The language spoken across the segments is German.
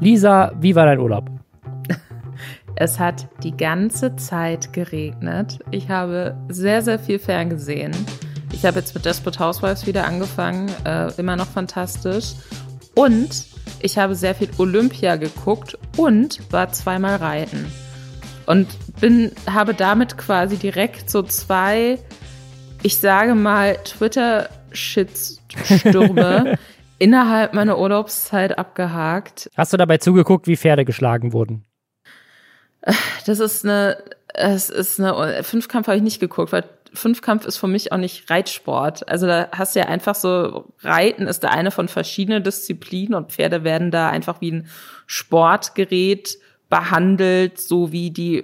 Lisa, wie war dein Urlaub? Es hat die ganze Zeit geregnet. Ich habe sehr, sehr viel ferngesehen. Ich habe jetzt mit Desperate Housewives wieder angefangen. Immer noch fantastisch. Und ich habe sehr viel Olympia geguckt und war zweimal reiten. Und habe damit quasi direkt so 2, ich sage mal, Twitter-Shitstürme innerhalb meiner Urlaubszeit abgehakt. Hast du dabei zugeguckt, wie Pferde geschlagen wurden? Fünfkampf habe ich nicht geguckt, weil Fünfkampf ist für mich auch nicht Reitsport. Also da hast du ja einfach so, Reiten ist da eine von verschiedenen Disziplinen und Pferde werden da einfach wie ein Sportgerät behandelt, so wie die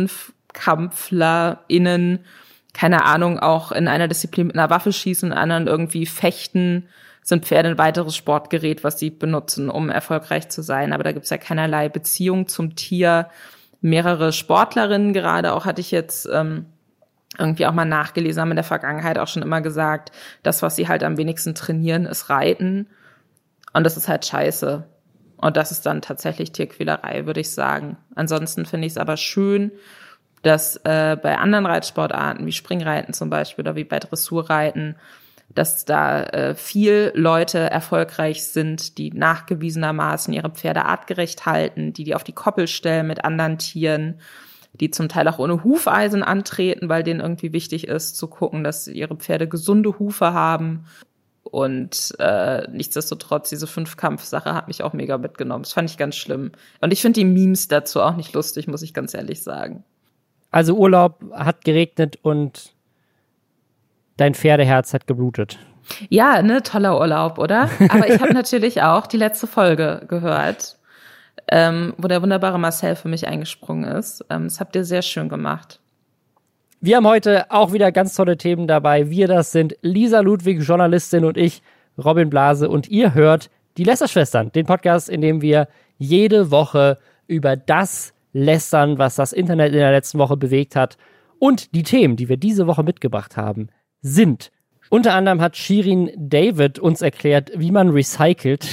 FünfkampflerInnen, keine Ahnung, auch in einer Disziplin mit einer Waffe schießen, in anderen irgendwie fechten, sind Pferde ein weiteres Sportgerät, was sie benutzen, um erfolgreich zu sein. Aber da gibt's ja keinerlei Beziehung zum Tier. Mehrere Sportlerinnen gerade auch hatte ich jetzt irgendwie auch mal nachgelesen, haben in der Vergangenheit auch schon immer gesagt, das, was sie halt am wenigsten trainieren, ist Reiten. Und das ist halt scheiße. Und das ist dann tatsächlich Tierquälerei, würde ich sagen. Ansonsten finde ich es aber schön, dass bei anderen Reitsportarten, wie Springreiten zum Beispiel oder wie bei Dressurreiten, dass da viel Leute erfolgreich sind, die nachgewiesenermaßen ihre Pferde artgerecht halten, die auf die Koppel stellen mit anderen Tieren, die zum Teil auch ohne Hufeisen antreten, weil denen irgendwie wichtig ist, zu gucken, dass ihre Pferde gesunde Hufe haben. Und nichtsdestotrotz, diese Fünfkampf-Sache hat mich auch mega mitgenommen. Das fand ich ganz schlimm. Und ich finde die Memes dazu auch nicht lustig, muss ich ganz ehrlich sagen. Also Urlaub, hat geregnet und dein Pferdeherz hat geblutet. Ja, ne, toller Urlaub, oder? Aber ich habe natürlich auch die letzte Folge gehört, wo der wunderbare Marcel für mich eingesprungen ist. Das habt ihr sehr schön gemacht. Wir haben heute auch wieder ganz tolle Themen dabei. Wir, das sind Lisa Ludwig, Journalistin, und ich, Robin Blase. Und ihr hört die Lästerschwestern, den Podcast, in dem wir jede Woche über das lästern, was das Internet in der letzten Woche bewegt hat. Und die Themen, die wir diese Woche mitgebracht haben, sind: Unter anderem hat Shirin David uns erklärt, wie man recycelt.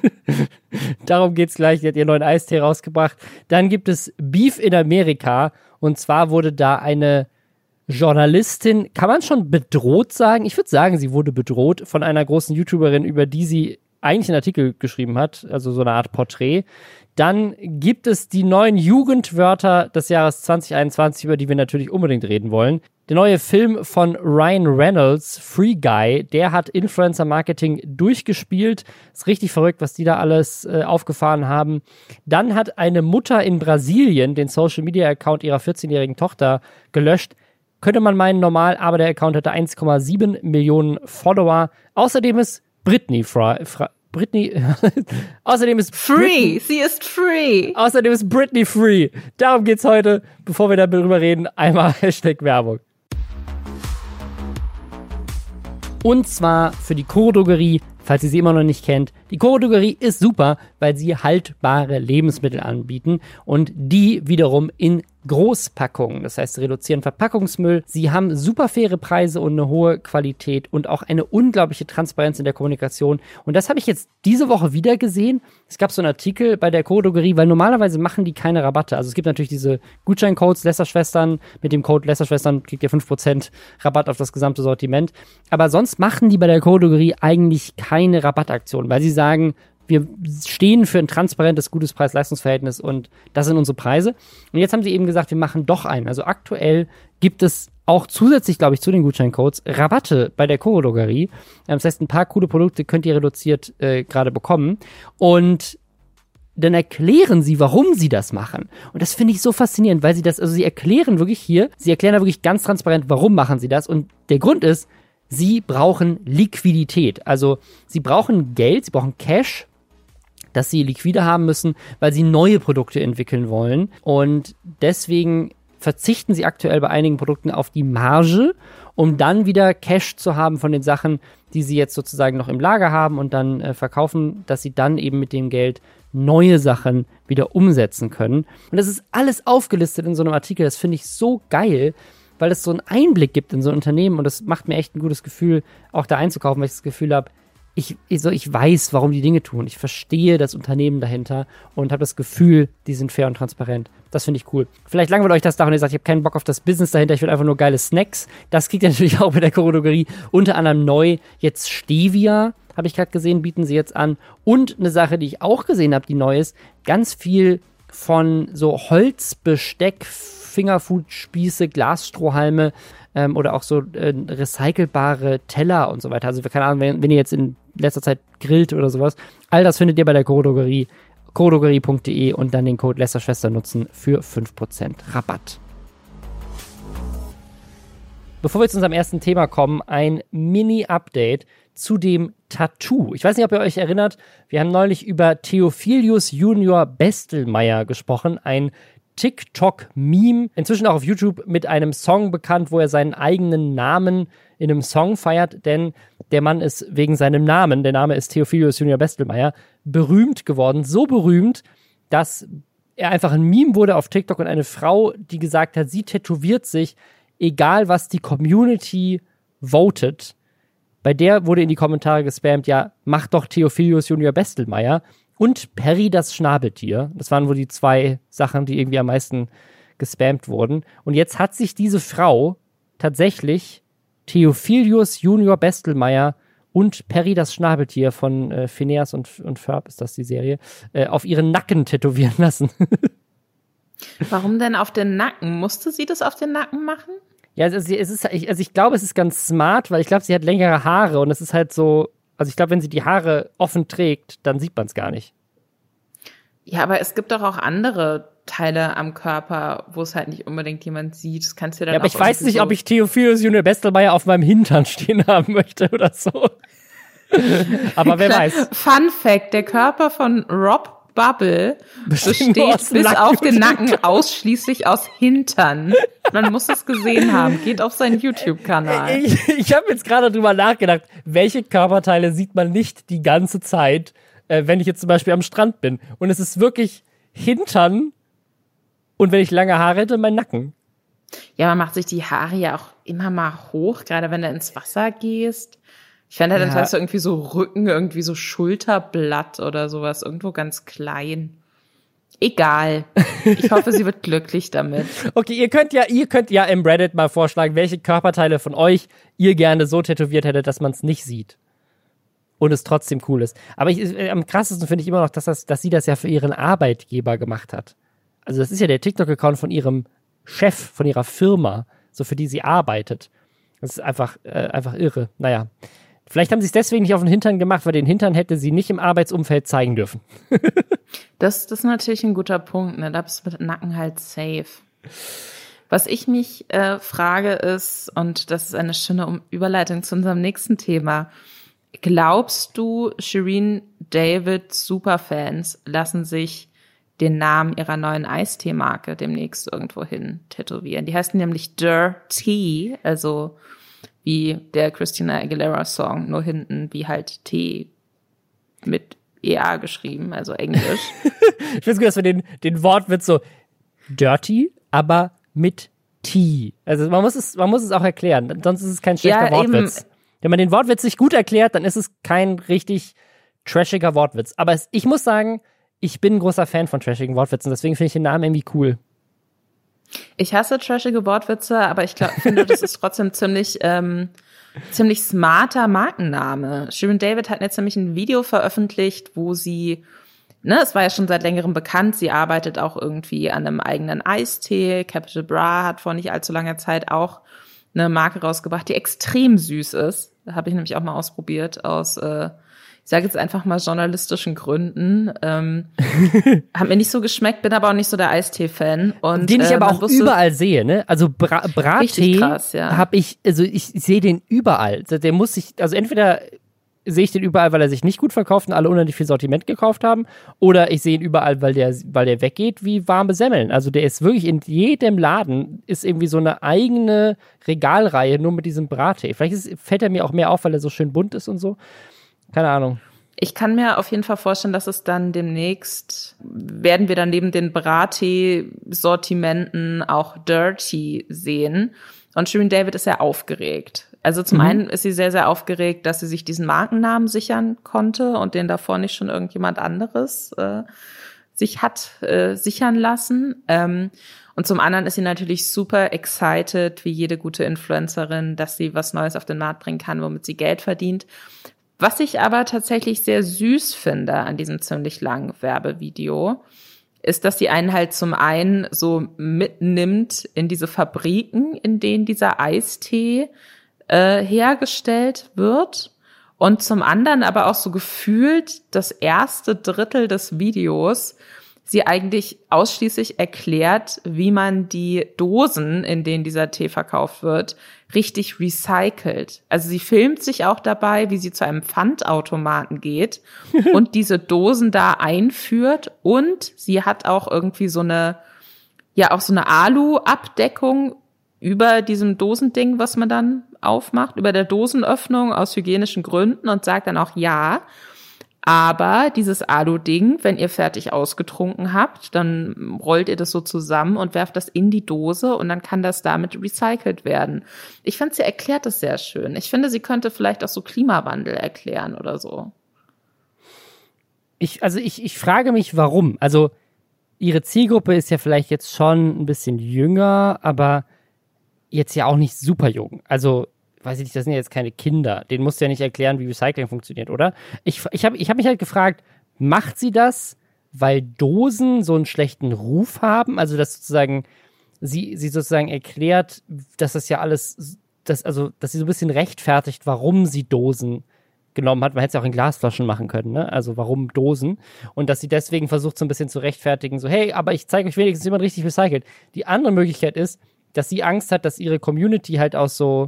Darum geht's gleich. Die hat ihren neuen Eistee rausgebracht. Dann gibt es Beef in Amerika. Und zwar wurde da eine Journalistin, kann man schon bedroht sagen? Ich würde sagen, sie wurde bedroht von einer großen YouTuberin, über die sie eigentlich einen Artikel geschrieben hat, also so eine Art Porträt. Dann gibt es die neuen Jugendwörter des Jahres 2021, über die wir natürlich unbedingt reden wollen. Der neue Film von Ryan Reynolds, Free Guy, der hat Influencer-Marketing durchgespielt. Ist richtig verrückt, was die da alles aufgefahren haben. Dann hat eine Mutter in Brasilien den Social-Media-Account ihrer 14-jährigen Tochter gelöscht. Könnte man meinen, normal, aber der Account hatte 1,7 Millionen Follower. Außerdem ist außerdem ist Free, sie ist free. Außerdem ist Britney free. Darum geht's heute. Bevor wir darüber reden, einmal Hashtag Werbung. Und zwar für die Koro-Drogerie, falls ihr sie immer noch nicht kennt. Die Koro-Drogerie ist super, weil sie haltbare Lebensmittel anbieten und die wiederum in Großpackungen. Das heißt, sie reduzieren Verpackungsmüll. Sie haben super faire Preise und eine hohe Qualität und auch eine unglaubliche Transparenz in der Kommunikation. Und das habe ich jetzt diese Woche wieder gesehen. Es gab so einen Artikel bei der Koro-Drogerie, weil normalerweise machen die keine Rabatte. Also es gibt natürlich diese Gutscheincodes Lästerschwestern. Mit dem Code Lästerschwestern kriegt ihr 5% Rabatt auf das gesamte Sortiment. Aber sonst machen die bei der Koro-Drogerie eigentlich keine Rabattaktion, weil sie sagen, wir stehen für ein transparentes, gutes Preis-Leistungs-Verhältnis und das sind unsere Preise. Und jetzt haben sie eben gesagt, wir machen doch einen. Also aktuell gibt es auch zusätzlich, glaube ich, zu den Gutscheincodes Rabatte bei der Koro-Drogerie. Das heißt, ein paar coole Produkte könnt ihr reduziert gerade bekommen. Und dann erklären sie, warum sie das machen. Und das finde ich so faszinierend, weil sie erklären da wirklich ganz transparent, warum machen sie das. Und der Grund ist, sie brauchen Liquidität. Also sie brauchen Geld, sie brauchen Cash, dass sie liquide haben müssen, weil sie neue Produkte entwickeln wollen. Und deswegen verzichten sie aktuell bei einigen Produkten auf die Marge, um dann wieder Cash zu haben von den Sachen, die sie jetzt sozusagen noch im Lager haben und dann verkaufen, dass sie dann eben mit dem Geld neue Sachen wieder umsetzen können. Und das ist alles aufgelistet in so einem Artikel. Das finde ich so geil, weil es so einen Einblick gibt in so ein Unternehmen und das macht mir echt ein gutes Gefühl, auch da einzukaufen, weil ich das Gefühl habe, ich weiß, warum die Dinge tun. Ich verstehe das Unternehmen dahinter und habe das Gefühl, die sind fair und transparent. Das finde ich cool. Vielleicht langweilt euch das da und ihr sagt, ich habe keinen Bock auf das Business dahinter, ich will einfach nur geile Snacks. Das kriegt ihr natürlich auch bei der Chorodrogerie. Unter anderem neu jetzt Stevia, habe ich gerade gesehen, bieten sie jetzt an. Und eine Sache, die ich auch gesehen habe, die neu ist, ganz viel von so Holzbesteck, Fingerfood-Spieße, Glasstrohhalme oder auch so recycelbare Teller und so weiter. Also keine Ahnung, wenn ihr jetzt in letzter Zeit grillt oder sowas, all das findet ihr bei der Chorodrogerie, chorodrogerie.de und dann den Code Lästerschwester nutzen für 5% Rabatt. Bevor wir zu unserem ersten Thema kommen, ein Mini-Update zu dem Tattoo. Ich weiß nicht, ob ihr euch erinnert, wir haben neulich über Theophilius Junior Bestelmeier gesprochen, ein TikTok-Meme, inzwischen auch auf YouTube mit einem Song bekannt, wo er seinen eigenen Namen in einem Song feiert, denn der Mann ist wegen seinem Namen, der Name ist Theophilius Junior Bestelmeier, berühmt geworden, so berühmt, dass er einfach ein Meme wurde auf TikTok und eine Frau, die gesagt hat, sie tätowiert sich, egal was die Community votet, bei der wurde in die Kommentare gespammt, ja, mach doch Theophilius Junior Bestelmeier und Perry das Schnabeltier. Das waren wohl die zwei Sachen, die irgendwie am meisten gespammt wurden. Und jetzt hat sich diese Frau tatsächlich Theophilius Junior Bestelmeier und Perry das Schnabeltier von Phineas und Ferb, ist das die Serie, auf ihren Nacken tätowieren lassen. Warum denn auf den Nacken? Musste sie das auf den Nacken machen? Ja, ich glaube, es ist ganz smart, weil ich glaube, sie hat längere Haare und es ist halt so, also ich glaube, wenn sie die Haare offen trägt, dann sieht man es gar nicht. Ja, aber es gibt doch auch andere Teile am Körper, wo es halt nicht unbedingt jemand sieht. Das kannst du dann ja, aber ich weiß nicht, ob ich Theophilius Junior Bestelmeier auf meinem Hintern stehen haben möchte oder so. Aber wer weiß. Fun Fact, der Körper von Rob Bubble besteht bis auf den Nacken ausschließlich aus Hintern. Man muss es gesehen haben. Geht auf seinen YouTube-Kanal. Ich habe jetzt gerade drüber nachgedacht, welche Körperteile sieht man nicht die ganze Zeit, wenn ich jetzt zum Beispiel am Strand bin. Und es ist wirklich Hintern und wenn ich lange Haare hätte, mein Nacken. Ja, man macht sich die Haare ja auch immer mal hoch, gerade wenn du ins Wasser gehst. Ich fände halt, dann hast du irgendwie so Rücken, irgendwie so Schulterblatt oder sowas, irgendwo ganz klein. Egal. Ich hoffe, sie wird glücklich damit. Okay, ihr könnt ja im Reddit mal vorschlagen, welche Körperteile von euch ihr gerne so tätowiert hättet, dass man es nicht sieht. Und es trotzdem cool ist. Aber am krassesten finde ich immer noch, dass sie das ja für ihren Arbeitgeber gemacht hat. Also das ist ja der TikTok-Account von ihrem Chef, von ihrer Firma, so für die sie arbeitet. Das ist einfach irre. Naja. Vielleicht haben sie es deswegen nicht auf den Hintern gemacht, weil den Hintern hätte sie nicht im Arbeitsumfeld zeigen dürfen. Das ist natürlich ein guter Punkt, ne? Da bist du mit Nacken halt safe. Was ich mich frage ist, und das ist eine schöne Überleitung zu unserem nächsten Thema, glaubst du, Shireen David Superfans lassen sich den Namen ihrer neuen Eistee-Marke demnächst irgendwo hin tätowieren? Die heißt nämlich Dirty, also wie der Christina Aguilera-Song, nur hinten wie halt T mit EA geschrieben, also Englisch. Ich finde es gut, dass wir den Wortwitz so dirty, aber mit T. Also man muss es auch erklären, sonst ist es kein schlechter Wortwitz. Eben. Wenn man den Wortwitz nicht gut erklärt, dann ist es kein richtig trashiger Wortwitz. Aber ich muss sagen, ich bin ein großer Fan von trashigen Wortwitzen, deswegen finde ich den Namen irgendwie cool. Ich hasse trashige Wortwitze, aber finde, das ist trotzdem ziemlich smarter Markenname. Shireen David hat jetzt nämlich ein Video veröffentlicht, wo sie, es war ja schon seit längerem bekannt, sie arbeitet auch irgendwie an einem eigenen Eistee. Capital Bra hat vor nicht allzu langer Zeit auch eine Marke rausgebracht, die extrem süß ist. Habe ich nämlich auch mal ausprobiert aus ich sage jetzt einfach mal journalistischen Gründen. Hat mir nicht so geschmeckt, bin aber auch nicht so der Eistee-Fan. Und, den ich aber auch überall sehe, ne? Also Brattee ja. habe ich sehe den überall. Der muss sich, also entweder sehe ich den überall, weil er sich nicht gut verkauft und alle unendlich viel Sortiment gekauft haben, oder ich sehe ihn überall, weil der weggeht wie warme Semmeln. Also der ist wirklich in jedem Laden, ist irgendwie so eine eigene Regalreihe nur mit diesem Brattee. Vielleicht fällt er mir auch mehr auf, weil er so schön bunt ist und so. Keine Ahnung. Ich kann mir auf jeden Fall vorstellen, dass es dann demnächst, werden wir dann neben den Brattee-Sortimenten auch Dirty sehen. Und Shireen David ist ja aufgeregt. Also zum einen ist sie sehr, sehr aufgeregt, dass sie sich diesen Markennamen sichern konnte und den davor nicht schon irgendjemand anderes sich hat sichern lassen. Und zum anderen ist sie natürlich super excited, wie jede gute Influencerin, dass sie was Neues auf den Markt bringen kann, womit sie Geld verdient. Was ich aber tatsächlich sehr süß finde an diesem ziemlich langen Werbevideo, ist, dass sie einen halt zum einen so mitnimmt in diese Fabriken, in denen dieser Eistee hergestellt wird, und zum anderen aber auch so gefühlt das erste Drittel des Videos sie eigentlich ausschließlich erklärt, wie man die Dosen, in denen dieser Tee verkauft wird, richtig recycelt. Also sie filmt sich auch dabei, wie sie zu einem Pfandautomaten geht und diese Dosen da einführt, und sie hat auch irgendwie so eine Alu-Abdeckung über diesem Dosending, was man dann aufmacht, über der Dosenöffnung aus hygienischen Gründen, und sagt dann auch, ja, aber dieses Alu-Ding, wenn ihr fertig ausgetrunken habt, dann rollt ihr das so zusammen und werft das in die Dose, und dann kann das damit recycelt werden. Ich finde, sie erklärt das sehr schön. Ich finde, sie könnte vielleicht auch so Klimawandel erklären oder so. Ich frage mich, warum. Also ihre Zielgruppe ist ja vielleicht jetzt schon ein bisschen jünger, aber jetzt ja auch nicht super jung. Also weiß ich nicht, das sind ja jetzt keine Kinder. Denen musst du ja nicht erklären, wie Recycling funktioniert, oder? Ich hab mich halt gefragt, macht sie das, weil Dosen so einen schlechten Ruf haben? Also, dass sozusagen sie sozusagen erklärt, dass das ja alles, dass sie so ein bisschen rechtfertigt, warum sie Dosen genommen hat. Man hätte es ja auch in Glasflaschen machen können, ne? Also, warum Dosen? Und dass sie deswegen versucht, so ein bisschen zu rechtfertigen, so, hey, aber ich zeige euch wenigstens, wie man richtig recycelt. Die andere Möglichkeit ist, dass sie Angst hat, dass ihre Community halt aus so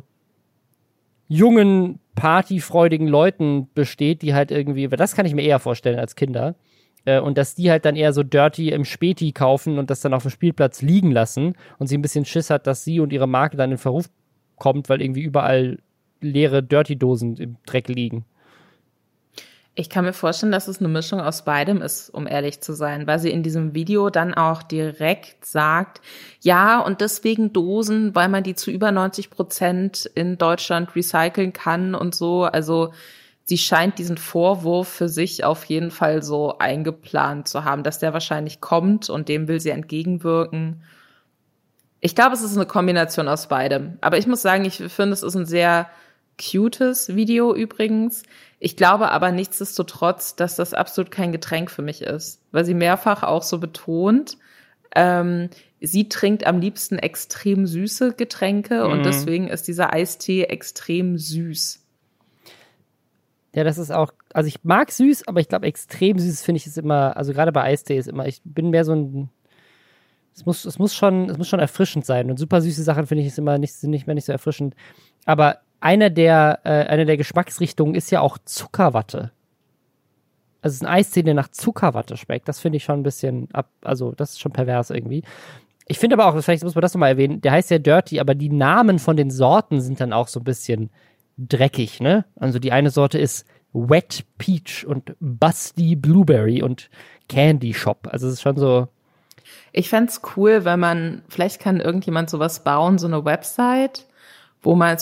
jungen, partyfreudigen Leuten besteht, die halt irgendwie, das kann ich mir eher vorstellen als Kinder, und dass die halt dann eher so Dirty im Späti kaufen und das dann auf dem Spielplatz liegen lassen, und sie ein bisschen Schiss hat, dass sie und ihre Marke dann in Verruf kommt, weil irgendwie überall leere Dirty-Dosen im Dreck liegen. Ich kann mir vorstellen, dass es eine Mischung aus beidem ist, um ehrlich zu sein, weil sie in diesem Video dann auch direkt sagt, ja, und deswegen Dosen, weil man die zu über 90% in Deutschland recyceln kann und so. Also sie scheint diesen Vorwurf für sich auf jeden Fall so eingeplant zu haben, dass der wahrscheinlich kommt, und dem will sie entgegenwirken. Ich glaube, es ist eine Kombination aus beidem. Aber ich muss sagen, ich finde, es ist ein sehr cutes Video übrigens. Ich glaube aber nichtsdestotrotz, dass das absolut kein Getränk für mich ist, weil sie mehrfach auch so betont, sie trinkt am liebsten extrem süße Getränke, und deswegen ist dieser Eistee extrem süß. Ja, das ist auch, also ich mag süß, aber ich glaube, extrem süß finde ich es immer, also gerade bei Eistee ist immer, ich bin mehr so ein, es muss schon erfrischend sein, und super süße Sachen finde ich sind nicht mehr so erfrischend. Aber eine der Geschmacksrichtungen ist ja auch Zuckerwatte. Also es ist ein Eistee, der nach Zuckerwatte schmeckt. Das finde ich schon ein bisschen also das ist schon pervers irgendwie. Ich finde aber auch, vielleicht muss man das nochmal erwähnen, der heißt ja Dirty, aber die Namen von den Sorten sind dann auch so ein bisschen dreckig, ne? Also die eine Sorte ist Wet Peach und Busty Blueberry und Candy Shop. Also es ist schon so. Ich fänd's cool, vielleicht kann irgendjemand sowas bauen, so eine Website, wo man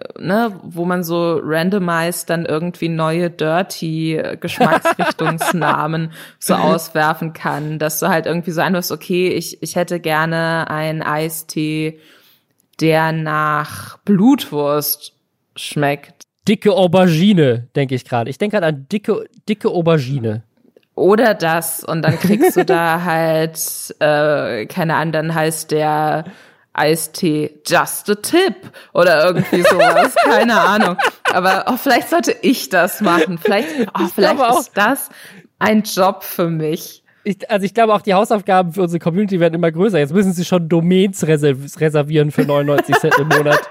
so randomized dann irgendwie neue dirty Geschmacksrichtungsnamen so auswerfen kann, dass du halt irgendwie so einwirfst, okay, ich hätte gerne einen Eistee, der nach Blutwurst schmeckt. Dicke Aubergine, denke ich gerade. Ich denke gerade an dicke Aubergine. Oder das, und dann kriegst du da halt, keine Ahnung, dann heißt der Eistee Just a Tip oder irgendwie sowas, keine Ahnung. Aber vielleicht sollte ich das machen. Vielleicht ist das ein Job für mich. Ich glaube auch, die Hausaufgaben für unsere Community werden immer größer. Jetzt müssen sie schon Domains reservieren für 99 Cent im Monat.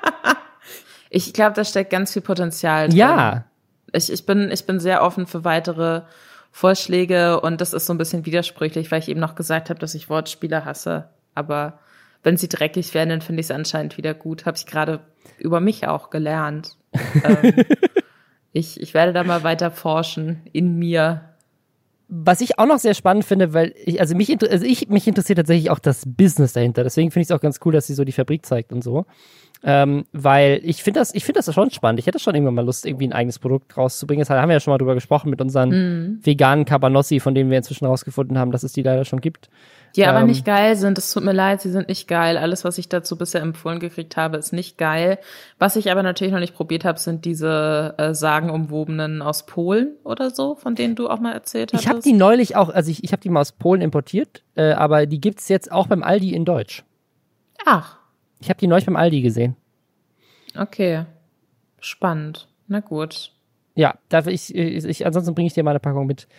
Ich glaube, da steckt ganz viel Potenzial drin. Ja. Ich bin sehr offen für weitere Vorschläge, und das ist so ein bisschen widersprüchlich, weil ich eben noch gesagt habe, dass ich Wortspiele hasse. Aber wenn sie dreckig werden, dann finde ich es anscheinend wieder gut. Habe ich gerade über mich auch gelernt. Ich werde da mal weiter forschen in mir. Was ich auch noch sehr spannend finde, weil mich interessiert tatsächlich auch das Business dahinter. Deswegen finde ich es auch ganz cool, dass sie so die Fabrik zeigt und so. Weil ich finde das schon spannend. Ich hätte schon irgendwann mal Lust, irgendwie ein eigenes Produkt rauszubringen. Das haben wir ja schon mal drüber gesprochen mit unseren veganen Cabanossi, von denen wir inzwischen rausgefunden haben, dass es die leider schon gibt. Die aber nicht geil sind. Es tut mir leid, sie sind nicht geil. Alles, was ich dazu bisher empfohlen gekriegt habe, ist nicht geil. Was ich aber natürlich noch nicht probiert habe, sind diese sagenumwobenen aus Polen oder so, von denen du auch mal erzählt hast. Ich habe die neulich auch, also ich habe die mal aus Polen importiert, aber die gibt's jetzt auch beim Aldi in Deutsch. Ach. Ich habe die neulich beim Aldi gesehen. Okay. Spannend. Na gut. Ja, ansonsten bringe ich dir mal eine Packung mit.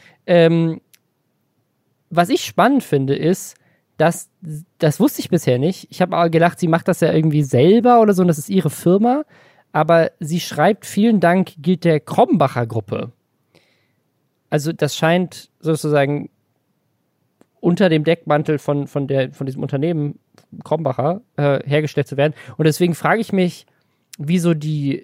Was ich spannend finde, ist, dass, das wusste ich bisher nicht. Ich habe aber gedacht, sie macht das ja irgendwie selber oder so und das ist ihre Firma. Aber sie schreibt, vielen Dank gilt der Krombacher Gruppe. Also das scheint sozusagen unter dem Deckmantel von diesem Unternehmen Krombacher hergestellt zu werden. Und deswegen frage ich mich, wieso die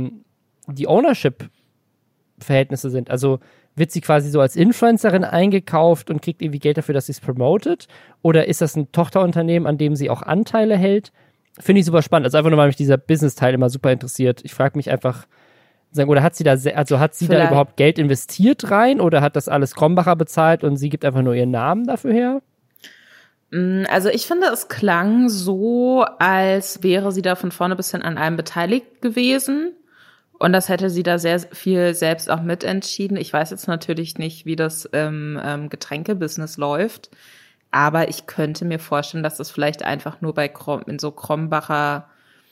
Ownership-Verhältnisse sind. Also wird sie quasi so als Influencerin eingekauft und kriegt irgendwie Geld dafür, dass sie es promotet? Oder ist das ein Tochterunternehmen, an dem sie auch Anteile hält? Finde ich super spannend. Also einfach nur, weil mich dieser Business-Teil immer super interessiert. Ich frage mich einfach, oder hat sie da überhaupt Geld investiert rein oder hat das alles Krombacher bezahlt und sie gibt einfach nur ihren Namen dafür her? Also ich finde, es klang so, als wäre sie da von vorne bis hin an allem beteiligt gewesen. Und das hätte sie da sehr viel selbst auch mitentschieden. Ich weiß jetzt natürlich nicht, wie das Getränkebusiness läuft. Aber ich könnte mir vorstellen, dass das vielleicht einfach nur in so Krombacher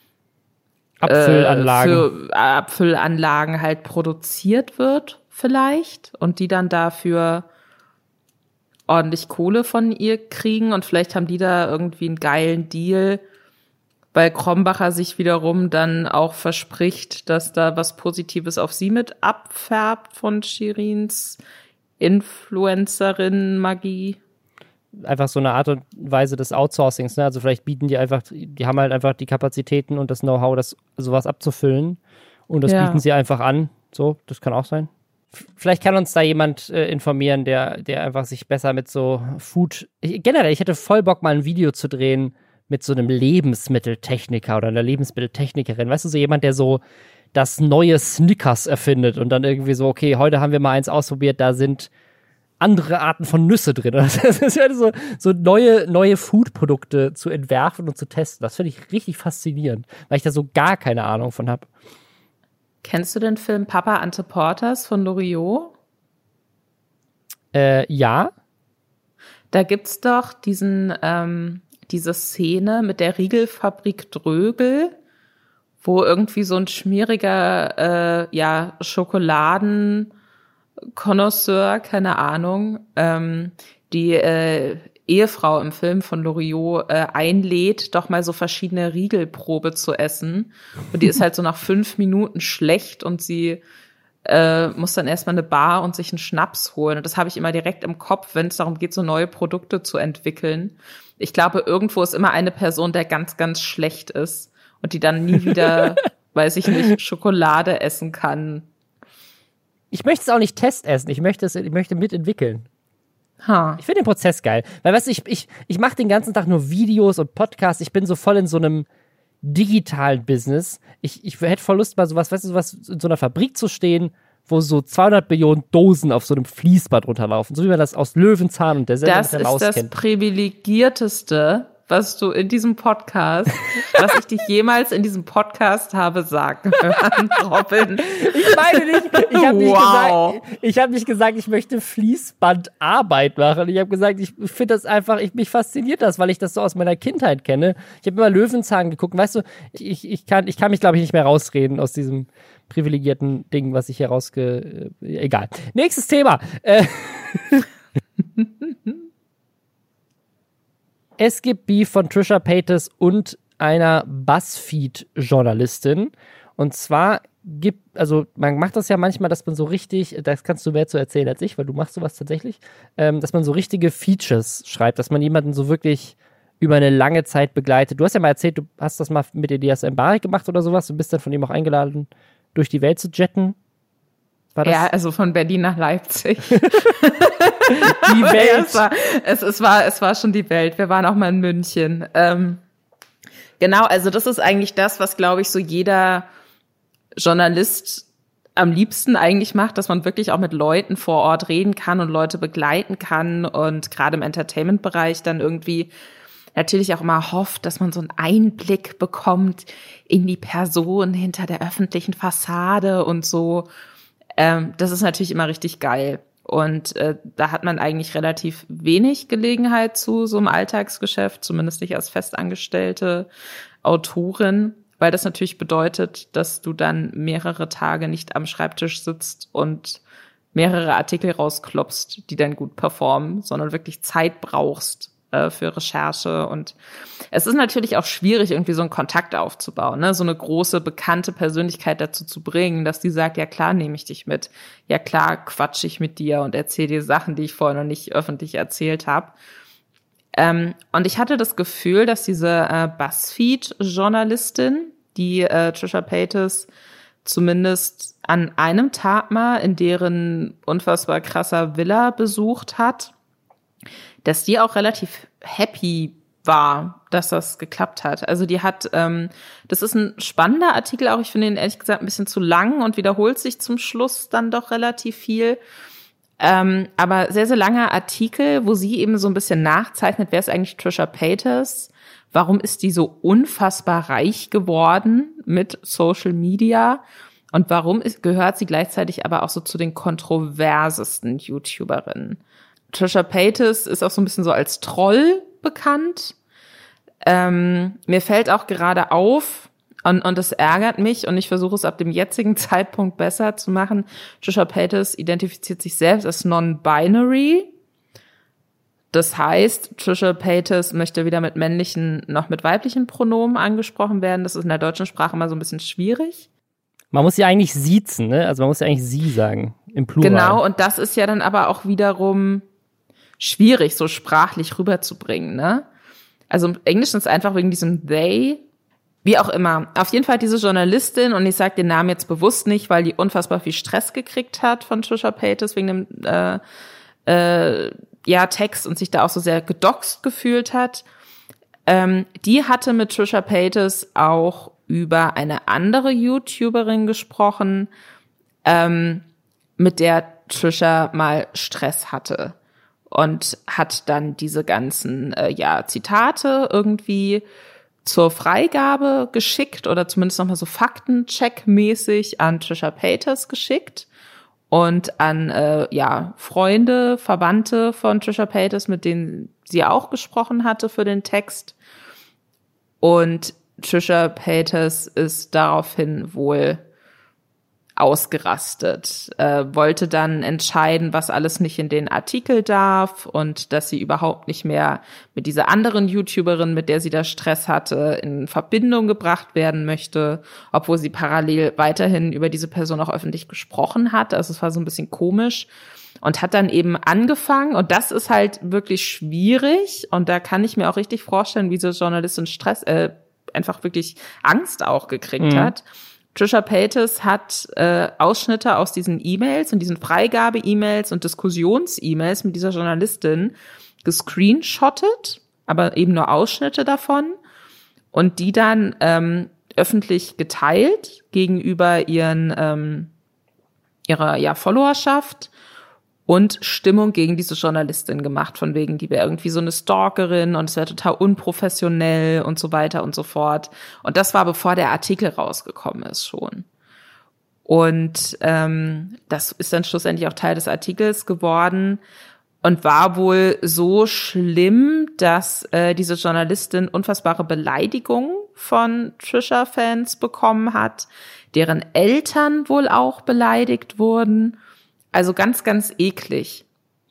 Abfüllanlagen halt produziert wird vielleicht. Und die dann dafür ordentlich Kohle von ihr kriegen. Und vielleicht haben die da irgendwie einen geilen Deal, weil Krombacher sich wiederum dann auch verspricht, dass da was Positives auf sie mit abfärbt von Shirins Influencerin-Magie. Einfach so eine Art und Weise des Outsourcings, ne? Also vielleicht die haben halt einfach die Kapazitäten und das Know-how, das sowas abzufüllen und das bieten sie einfach an. So, das kann auch sein. Vielleicht kann uns da jemand informieren, der einfach sich besser mit so generell, ich hätte voll Bock, mal ein Video zu drehen mit so einem Lebensmitteltechniker oder einer Lebensmitteltechnikerin. Weißt du, so jemand, der so das neue Snickers erfindet und dann irgendwie so, okay, heute haben wir mal eins ausprobiert, da sind andere Arten von Nüsse drin. Das ist ja so neue Food-Produkte zu entwerfen und zu testen. Das finde ich richtig faszinierend, weil ich da so gar keine Ahnung von habe. Kennst du den Film Papa Ante Portas von Loriot? Ja. Da gibt's doch diese Szene mit der Riegelfabrik Drögel, wo irgendwie so ein schmieriger Schokoladenkonnoisseur, keine Ahnung, die Ehefrau im Film von Loriot einlädt, doch mal so verschiedene Riegelprobe zu essen. Und die ist halt so nach 5 Minuten schlecht und sie muss dann erstmal eine Bar und sich einen Schnaps holen. Und das habe ich immer direkt im Kopf, wenn es darum geht, so neue Produkte zu entwickeln. Ich glaube, irgendwo ist immer eine Person, der ganz, ganz schlecht ist und die dann nie wieder, weiß ich nicht, Schokolade essen kann. Ich möchte es auch nicht testessen, ich möchte mitentwickeln. Ich finde den Prozess geil. Weil, weißt du, ich mache den ganzen Tag nur Videos und Podcasts, ich bin so voll in so einem digitalen Business. Ich hätte voll Lust, mal sowas, weißt du, sowas in so einer Fabrik zu stehen, wo so 200 Millionen Dosen auf so einem Fließband runterlaufen. So wie man das aus Löwenzahn und der Sendung mit der Maus kennt. Das ist das privilegierteste, was du in diesem Podcast, was ich dich jemals in diesem Podcast habe sagen hören, Robin. Ich meine nicht, ich habe nicht gesagt, ich möchte Fließbandarbeit machen. Ich habe gesagt, ich finde das einfach, mich fasziniert das, weil ich das so aus meiner Kindheit kenne. Ich habe immer Löwenzahn geguckt. Weißt du, ich kann mich, glaube ich, nicht mehr rausreden aus diesem privilegierten Ding, was ich hier egal. Nächstes Thema. Es gibt Beef von Trisha Paytas und einer BuzzFeed-Journalistin. Und zwar man macht das ja manchmal, dass man so richtig, das kannst du mehr zu erzählen als ich, weil du machst sowas tatsächlich, dass man so richtige Features schreibt, dass man jemanden so wirklich über eine lange Zeit begleitet. Du hast ja mal erzählt, du hast das mal mit Elias Mbarek gemacht oder sowas und bist dann von ihm auch eingeladen, durch die Welt zu jetten. War das? Ja, also von Berlin nach Leipzig. Die Welt. Es war schon die Welt. Wir waren auch mal in München. Genau, also das ist eigentlich das, was, glaube ich, so jeder Journalist am liebsten eigentlich macht, dass man wirklich auch mit Leuten vor Ort reden kann und Leute begleiten kann und gerade im Entertainment-Bereich dann irgendwie natürlich auch immer hofft, dass man so einen Einblick bekommt in die Person hinter der öffentlichen Fassade und so. Das ist natürlich immer richtig geil. Und da hat man eigentlich relativ wenig Gelegenheit zu so einem Alltagsgeschäft, zumindest nicht als festangestellte Autorin, weil das natürlich bedeutet, dass du dann mehrere Tage nicht am Schreibtisch sitzt und mehrere Artikel rausklopfst, die dann gut performen, sondern wirklich Zeit brauchst für Recherche. Und es ist natürlich auch schwierig, irgendwie so einen Kontakt aufzubauen, ne? So eine große, bekannte Persönlichkeit dazu zu bringen, dass die sagt, ja klar, nehme ich dich mit. Ja klar, quatsch ich mit dir und erzähle dir Sachen, die ich vorher noch nicht öffentlich erzählt habe. Und ich hatte das Gefühl, dass diese BuzzFeed-Journalistin, die Trisha Paytas zumindest an einem Tag mal in deren unfassbar krasser Villa besucht hat, dass die auch relativ happy war, dass das geklappt hat. Also die hat, das ist ein spannender Artikel auch, ich finde ihn ehrlich gesagt ein bisschen zu lang und wiederholt sich zum Schluss dann doch relativ viel. Aber sehr, sehr langer Artikel, wo sie eben so ein bisschen nachzeichnet, wer ist eigentlich Trisha Paytas? Warum ist die so unfassbar reich geworden mit Social Media? Und warum gehört sie gleichzeitig aber auch so zu den kontroversesten YouTuberinnen? Trisha Paytas ist auch so ein bisschen so als Troll bekannt. Mir fällt auch gerade auf, und das ärgert mich, und ich versuche es ab dem jetzigen Zeitpunkt besser zu machen. Trisha Paytas identifiziert sich selbst als non-binary. Das heißt, Trisha Paytas möchte weder mit männlichen noch mit weiblichen Pronomen angesprochen werden. Das ist in der deutschen Sprache immer so ein bisschen schwierig. Man muss ja eigentlich siezen, ne? Also man muss ja eigentlich sie sagen, im Plural. Genau, und das ist ja dann aber auch wiederum schwierig, so sprachlich rüberzubringen, ne? Also im Englischen ist es einfach wegen diesem they, wie auch immer. Auf jeden Fall diese Journalistin, und ich sage den Namen jetzt bewusst nicht, weil die unfassbar viel Stress gekriegt hat von Trisha Paytas wegen dem Text und sich da auch so sehr gedoxt gefühlt hat. Die hatte mit Trisha Paytas auch über eine andere YouTuberin gesprochen, mit der Trisha mal Stress hatte. Und hat dann diese ganzen Zitate irgendwie zur Freigabe geschickt oder zumindest nochmal so Faktencheck-mäßig an Trisha Paytas geschickt und an Freunde, Verwandte von Trisha Paytas, mit denen sie auch gesprochen hatte für den Text. Und Trisha Paytas ist daraufhin wohl ausgerastet, wollte dann entscheiden, was alles nicht in den Artikel darf und dass sie überhaupt nicht mehr mit dieser anderen YouTuberin, mit der sie da Stress hatte, in Verbindung gebracht werden möchte, obwohl sie parallel weiterhin über diese Person auch öffentlich gesprochen hat. Also es war so ein bisschen komisch und hat dann eben angefangen, und das ist halt wirklich schwierig, und da kann ich mir auch richtig vorstellen, wie so Journalistin Stress, einfach wirklich Angst auch gekriegt hat. Trisha Paytas hat Ausschnitte aus diesen E-Mails und diesen Freigabe-E-Mails und Diskussions-E-Mails mit dieser Journalistin gescreenshottet, aber eben nur Ausschnitte davon, und die dann öffentlich geteilt gegenüber ihrer Followerschaft und Stimmung gegen diese Journalistin gemacht, von wegen, die wäre irgendwie so eine Stalkerin und es wäre total unprofessionell und so weiter und so fort. Und das war, bevor der Artikel rausgekommen ist schon. Und das ist dann schlussendlich auch Teil des Artikels geworden und war wohl so schlimm, dass diese Journalistin unfassbare Beleidigungen von Trisha-Fans bekommen hat, deren Eltern wohl auch beleidigt wurden. Also ganz, ganz eklig.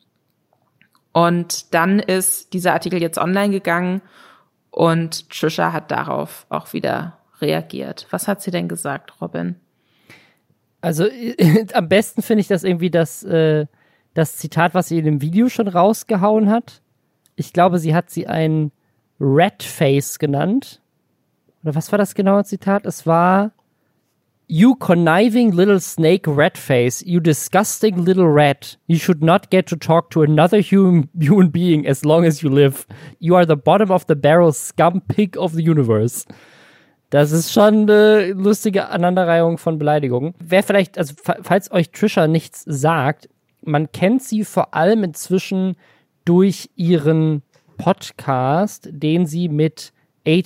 Und dann ist dieser Artikel jetzt online gegangen und Trisha hat darauf auch wieder reagiert. Was hat sie denn gesagt, Robin? Also am besten finde ich das irgendwie das Zitat, was sie in dem Video schon rausgehauen hat. Ich glaube, sie hat sie ein Red Face genannt. Oder was war das genaue Zitat? Es war: You conniving little snake rat face, you disgusting little rat. You should not get to talk to another human being as long as you live. You are the bottom of the barrel scum pig of the universe. Das ist schon eine lustige Aneinanderreihung von Beleidigungen. Wer vielleicht, also falls euch Trisha nichts sagt, man kennt sie vor allem inzwischen durch ihren Podcast, den sie mit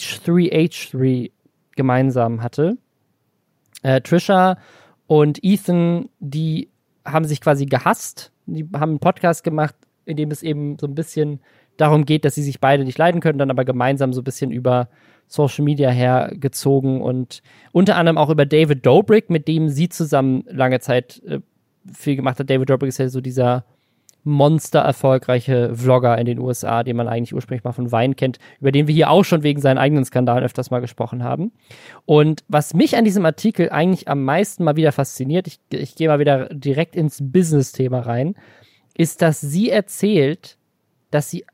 H3H3 gemeinsam hatte. Trisha und Ethan, die haben sich quasi gehasst. Die haben einen Podcast gemacht, in dem es eben so ein bisschen darum geht, dass sie sich beide nicht leiden können, dann aber gemeinsam so ein bisschen über Social Media hergezogen und unter anderem auch über David Dobrik, mit dem sie zusammen lange Zeit viel gemacht hat. David Dobrik ist ja so dieser monster-erfolgreiche Vlogger in den USA, den man eigentlich ursprünglich mal von Vine kennt, über den wir hier auch schon wegen seinen eigenen Skandalen öfters mal gesprochen haben. Und was mich an diesem Artikel eigentlich am meisten mal wieder fasziniert, ich gehe mal wieder direkt ins Business-Thema rein, ist, dass sie erzählt, dass sie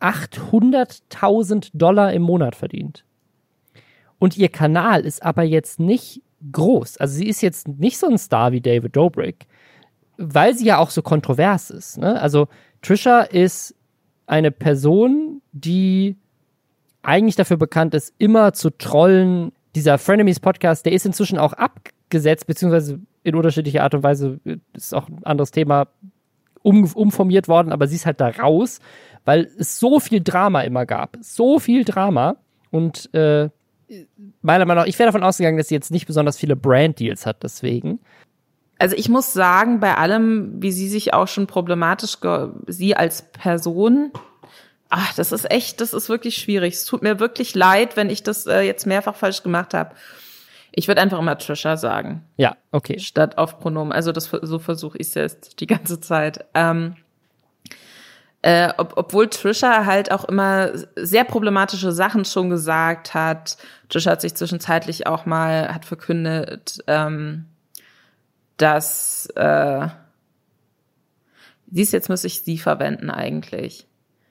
$800.000 im Monat verdient. Und ihr Kanal ist aber jetzt nicht groß. Also sie ist jetzt nicht so ein Star wie David Dobrik, weil sie ja auch so kontrovers ist. Ne? Also Trisha ist eine Person, die eigentlich dafür bekannt ist, immer zu trollen. Dieser Frenemies Podcast, der ist inzwischen auch abgesetzt, beziehungsweise in unterschiedlicher Art und Weise, ist auch ein anderes Thema, umformiert worden, aber sie ist halt da raus, weil es so viel Drama immer gab. So viel Drama. Und meiner Meinung nach, ich wäre davon ausgegangen, dass sie jetzt nicht besonders viele Brand-Deals hat, deswegen. Also ich muss sagen, bei allem, wie sie sich auch schon problematisch, sie als Person, das ist wirklich schwierig. Es tut mir wirklich leid, wenn ich das jetzt mehrfach falsch gemacht habe. Ich würde einfach immer Trisha sagen. Ja, okay. Statt auf Pronomen. Also so versuche ich es jetzt die ganze Zeit. Obwohl Trisha halt auch immer sehr problematische Sachen schon gesagt hat. Trisha hat sich zwischenzeitlich auch mal, hat verkündet, dass jetzt muss ich sie verwenden eigentlich.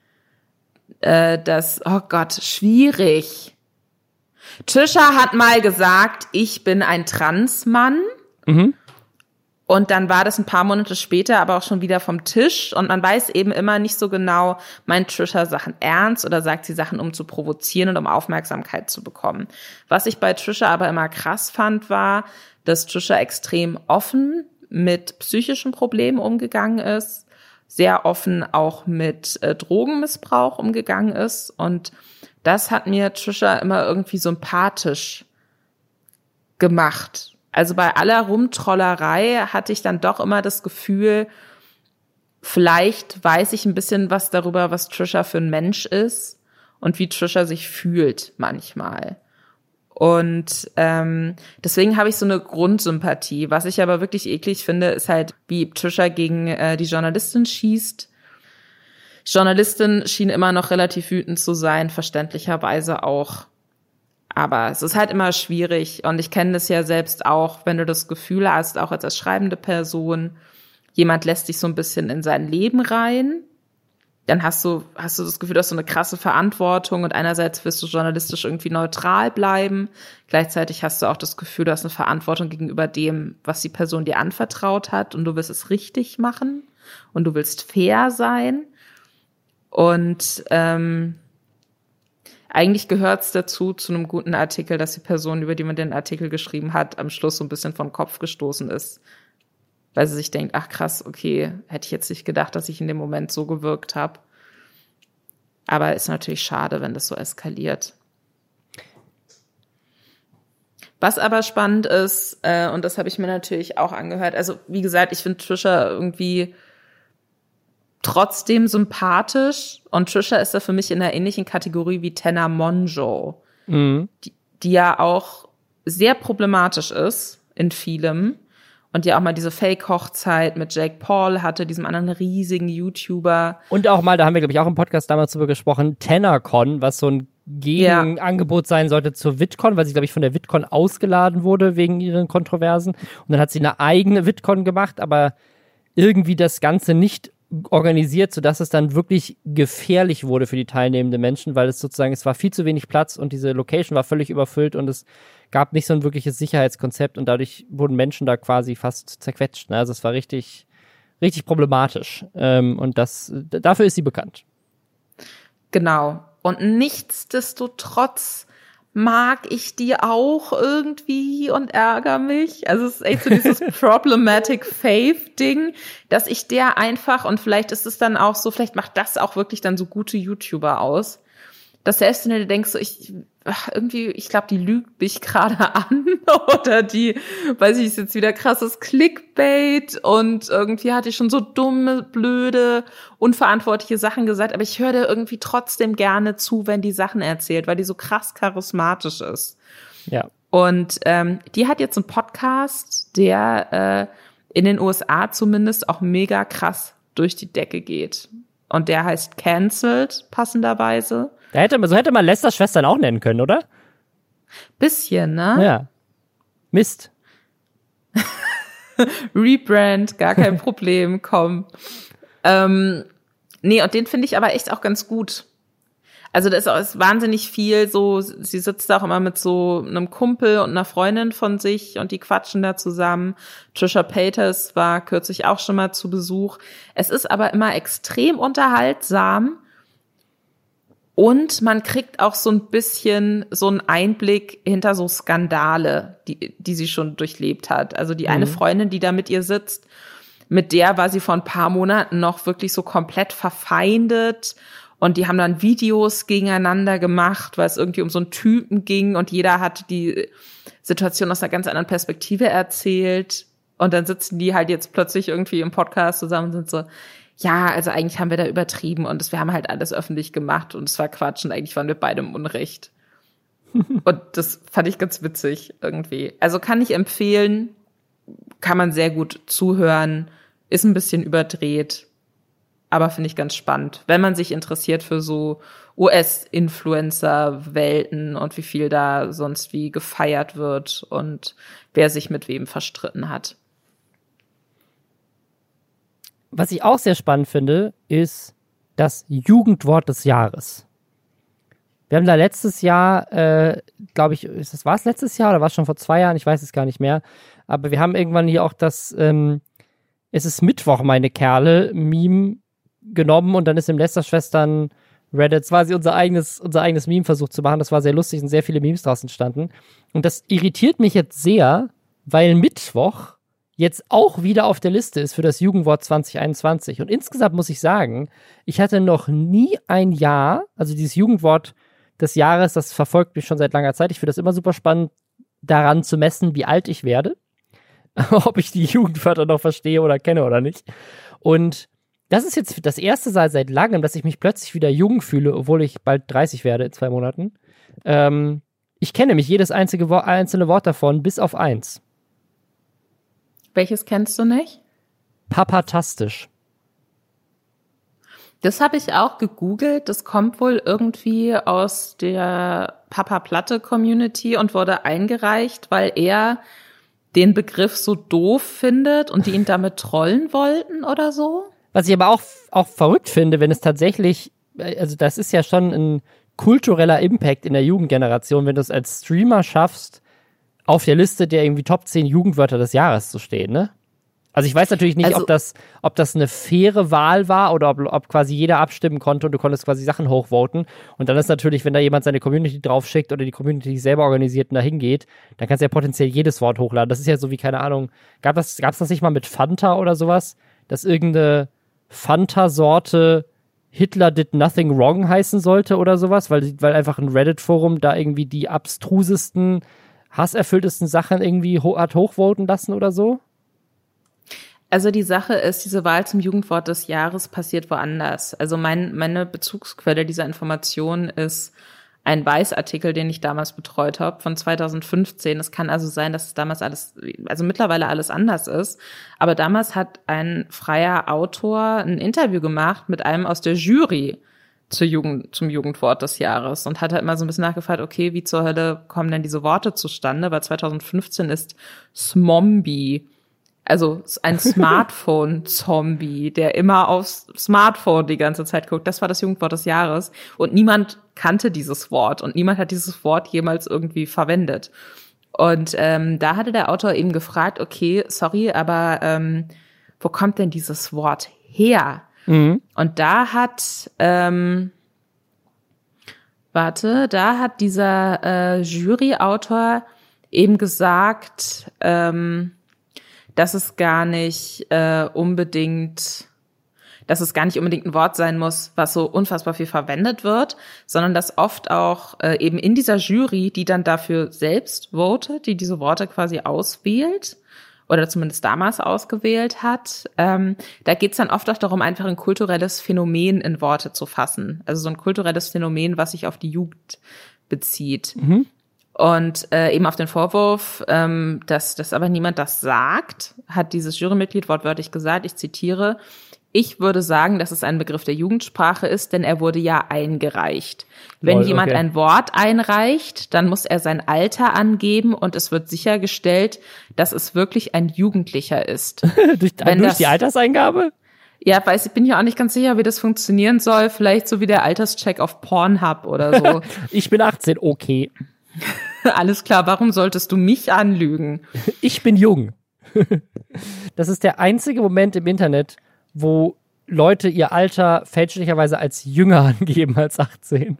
Oh Gott, schwierig. Trisha hat mal gesagt, ich bin ein Transmann. Mhm. Und dann war das ein paar Monate später aber auch schon wieder vom Tisch. Und man weiß eben immer nicht so genau, meint Trisha Sachen ernst oder sagt sie Sachen, um zu provozieren und um Aufmerksamkeit zu bekommen. Was ich bei Trisha aber immer krass fand, war, dass Trisha extrem offen mit psychischen Problemen umgegangen ist, sehr offen auch mit Drogenmissbrauch umgegangen ist. Und das hat mir Trisha immer irgendwie sympathisch gemacht. Also bei aller Rumtrollerei hatte ich dann doch immer das Gefühl, vielleicht weiß ich ein bisschen was darüber, was Trisha für ein Mensch ist und wie Trisha sich fühlt manchmal. Und deswegen habe ich so eine Grundsympathie. Was ich aber wirklich eklig finde, ist halt, wie Trisha gegen die Journalistin schießt. Die Journalistin schien immer noch relativ wütend zu sein, verständlicherweise auch. Aber es ist halt immer schwierig und ich kenne das ja selbst auch, wenn du das Gefühl hast, auch als schreibende Person, jemand lässt dich so ein bisschen in sein Leben rein, dann hast du das Gefühl, du hast so eine krasse Verantwortung und einerseits wirst du journalistisch irgendwie neutral bleiben, gleichzeitig hast du auch das Gefühl, du hast eine Verantwortung gegenüber dem, was die Person dir anvertraut hat und du willst es richtig machen und du willst fair sein und eigentlich gehört es dazu, zu einem guten Artikel, dass die Person, über die man den Artikel geschrieben hat, am Schluss so ein bisschen vom Kopf gestoßen ist. Weil sie sich denkt, ach krass, okay, hätte ich jetzt nicht gedacht, dass ich in dem Moment so gewirkt habe. Aber ist natürlich schade, wenn das so eskaliert. Was aber spannend ist, und das habe ich mir natürlich auch angehört, also wie gesagt, ich finde Trisha irgendwie trotzdem sympathisch und Trisha ist da für mich in einer ähnlichen Kategorie wie Tana Mongeau, die ja auch sehr problematisch ist in vielem und ja auch mal diese Fake-Hochzeit mit Jake Paul hatte, diesem anderen riesigen YouTuber. Und auch mal, da haben wir glaube ich auch im Podcast damals drüber gesprochen, TanaCon, was so ein Gegenangebot sein sollte zur VidCon, weil sie glaube ich von der VidCon ausgeladen wurde wegen ihren Kontroversen und dann hat sie eine eigene VidCon gemacht, aber irgendwie das Ganze nicht organisiert, sodass es dann wirklich gefährlich wurde für die teilnehmenden Menschen, weil es war viel zu wenig Platz und diese Location war völlig überfüllt und es gab nicht so ein wirkliches Sicherheitskonzept und dadurch wurden Menschen da quasi fast zerquetscht. Ne? Also es war richtig, richtig problematisch. Und dafür ist sie bekannt. Genau. Und nichtsdestotrotz mag ich die auch irgendwie und ärgere mich. Also es ist echt so dieses Problematic Faith-Ding, dass ich der einfach, und vielleicht ist es dann auch so, vielleicht macht das auch wirklich dann so gute YouTuber aus, dass selbst wenn du denkst, so ich glaube, die lügt mich gerade an oder die, weiß ich, ist jetzt wieder krasses Clickbait und irgendwie hatte ich schon so dumme, blöde, unverantwortliche Sachen gesagt, aber ich höre dir irgendwie trotzdem gerne zu, wenn die Sachen erzählt, weil die so krass charismatisch ist. Ja. Und die hat jetzt einen Podcast, der in den USA zumindest auch mega krass durch die Decke geht. Und der heißt Cancelled, passenderweise. So hätte man Lesters Schwestern auch nennen können, oder? Bisschen, ne? Ja. Mist. Rebrand, gar kein Problem, komm. Nee, und den finde ich aber echt auch ganz gut. Also da ist wahnsinnig viel so, sie sitzt da auch immer mit so einem Kumpel und einer Freundin von sich und die quatschen da zusammen. Trisha Paytas war kürzlich auch schon mal zu Besuch. Es ist aber immer extrem unterhaltsam und man kriegt auch so ein bisschen so einen Einblick hinter so Skandale, die sie schon durchlebt hat. Also die eine Freundin, die da mit ihr sitzt, mit der war sie vor ein paar Monaten noch wirklich so komplett verfeindet. Und die haben dann Videos gegeneinander gemacht, weil es irgendwie um so einen Typen ging und jeder hat die Situation aus einer ganz anderen Perspektive erzählt. Und dann sitzen die halt jetzt plötzlich irgendwie im Podcast zusammen und sind so, ja, also eigentlich haben wir da übertrieben und wir haben halt alles öffentlich gemacht und es war Quatsch und eigentlich waren wir beide im Unrecht. Und das fand ich ganz witzig irgendwie. Also kann ich empfehlen, kann man sehr gut zuhören, ist ein bisschen überdreht. Aber finde ich ganz spannend, wenn man sich interessiert für so US-Influencer-Welten und wie viel da sonst wie gefeiert wird und wer sich mit wem verstritten hat. Was ich auch sehr spannend finde, ist das Jugendwort des Jahres. Wir haben da letztes Jahr, glaube ich, war es letztes Jahr oder war es schon vor 2 Jahren? Ich weiß es gar nicht mehr. Aber wir haben irgendwann hier auch das Es ist Mittwoch, meine Kerle, Meme genommen und dann ist im Lästerschwestern Reddit quasi unser eigenes Meme versucht zu machen. Das war sehr lustig und sehr viele Memes draus entstanden. Und das irritiert mich jetzt sehr, weil Mittwoch jetzt auch wieder auf der Liste ist für das Jugendwort 2021. Und insgesamt muss ich sagen, ich hatte noch nie ein Jahr, also dieses Jugendwort des Jahres, das verfolgt mich schon seit langer Zeit. Ich finde das immer super spannend, daran zu messen, wie alt ich werde. Ob ich die Jugendwörter noch verstehe oder kenne oder nicht. Und das ist jetzt das erste Mal seit langem, dass ich mich plötzlich wieder jung fühle, obwohl ich bald 30 werde in 2 Monaten. Ich kenne nämlich jedes einzelne Wort davon, bis auf 1. Welches kennst du nicht? Papatastisch. Das habe ich auch gegoogelt. Das kommt wohl irgendwie aus der Papa-Platte-Community und wurde eingereicht, weil er den Begriff so doof findet und die ihn damit trollen wollten oder so. Was ich aber auch verrückt finde, wenn es tatsächlich, also das ist ja schon ein kultureller Impact in der Jugendgeneration, wenn du es als Streamer schaffst, auf der Liste der irgendwie Top 10 Jugendwörter des Jahres zu stehen, ne? Also ich weiß natürlich nicht, ob das eine faire Wahl war oder ob quasi jeder abstimmen konnte und du konntest quasi Sachen hochvoten. Und dann ist natürlich, wenn da jemand seine Community draufschickt oder die Community selber organisiert und da hingeht, dann kannst du ja potenziell jedes Wort hochladen. Das ist ja so wie, keine Ahnung, gab's das nicht mal mit Fanta oder sowas? Dass irgendeine Fanta-Sorte Hitler did nothing wrong heißen sollte oder sowas? Weil einfach ein Reddit-Forum da irgendwie die abstrusesten, hasserfülltesten Sachen irgendwie hat hochvoten lassen oder so? Also die Sache ist, diese Wahl zum Jugendwort des Jahres passiert woanders. Also meine Bezugsquelle dieser Information ist ein Weiß-Artikel, den ich damals betreut habe, von 2015. Es kann also sein, dass es damals mittlerweile alles anders ist. Aber damals hat ein freier Autor ein Interview gemacht mit einem aus der Jury zum Jugendwort des Jahres und hat halt immer so ein bisschen nachgefragt, okay, wie zur Hölle kommen denn diese Worte zustande? Weil 2015 ist Smombi Also ein Smartphone-Zombie, der immer aufs Smartphone die ganze Zeit guckt. Das war das Jugendwort des Jahres. Und niemand kannte dieses Wort und niemand hat dieses Wort jemals irgendwie verwendet. Und da hatte der Autor eben gefragt, okay, sorry, aber wo kommt denn dieses Wort her? Mhm. Und da hat dieser Juryautor eben gesagt, dass es gar nicht unbedingt ein Wort sein muss, was so unfassbar viel verwendet wird, sondern dass oft auch eben in dieser Jury, die dann dafür selbst votet, die diese Worte quasi auswählt oder zumindest damals ausgewählt hat, da geht's dann oft auch darum, einfach ein kulturelles Phänomen in Worte zu fassen. Also so ein kulturelles Phänomen, was sich auf die Jugend bezieht. Mhm. Und eben auf den Vorwurf, dass aber niemand das sagt, hat dieses Jurymitglied wortwörtlich gesagt, ich zitiere, ich würde sagen, dass es ein Begriff der Jugendsprache ist, denn er wurde ja eingereicht. Wenn jemand ein Wort einreicht, dann muss er sein Alter angeben und es wird sichergestellt, dass es wirklich ein Jugendlicher ist. durch die Alterseingabe? Ja, bin ja auch nicht ganz sicher, wie das funktionieren soll. Vielleicht so wie der Alterscheck auf Pornhub oder so. Ich bin 18, okay. Alles klar, warum solltest du mich anlügen? Ich bin jung. Das ist der einzige Moment im Internet, wo Leute ihr Alter fälschlicherweise als jünger angeben als 18.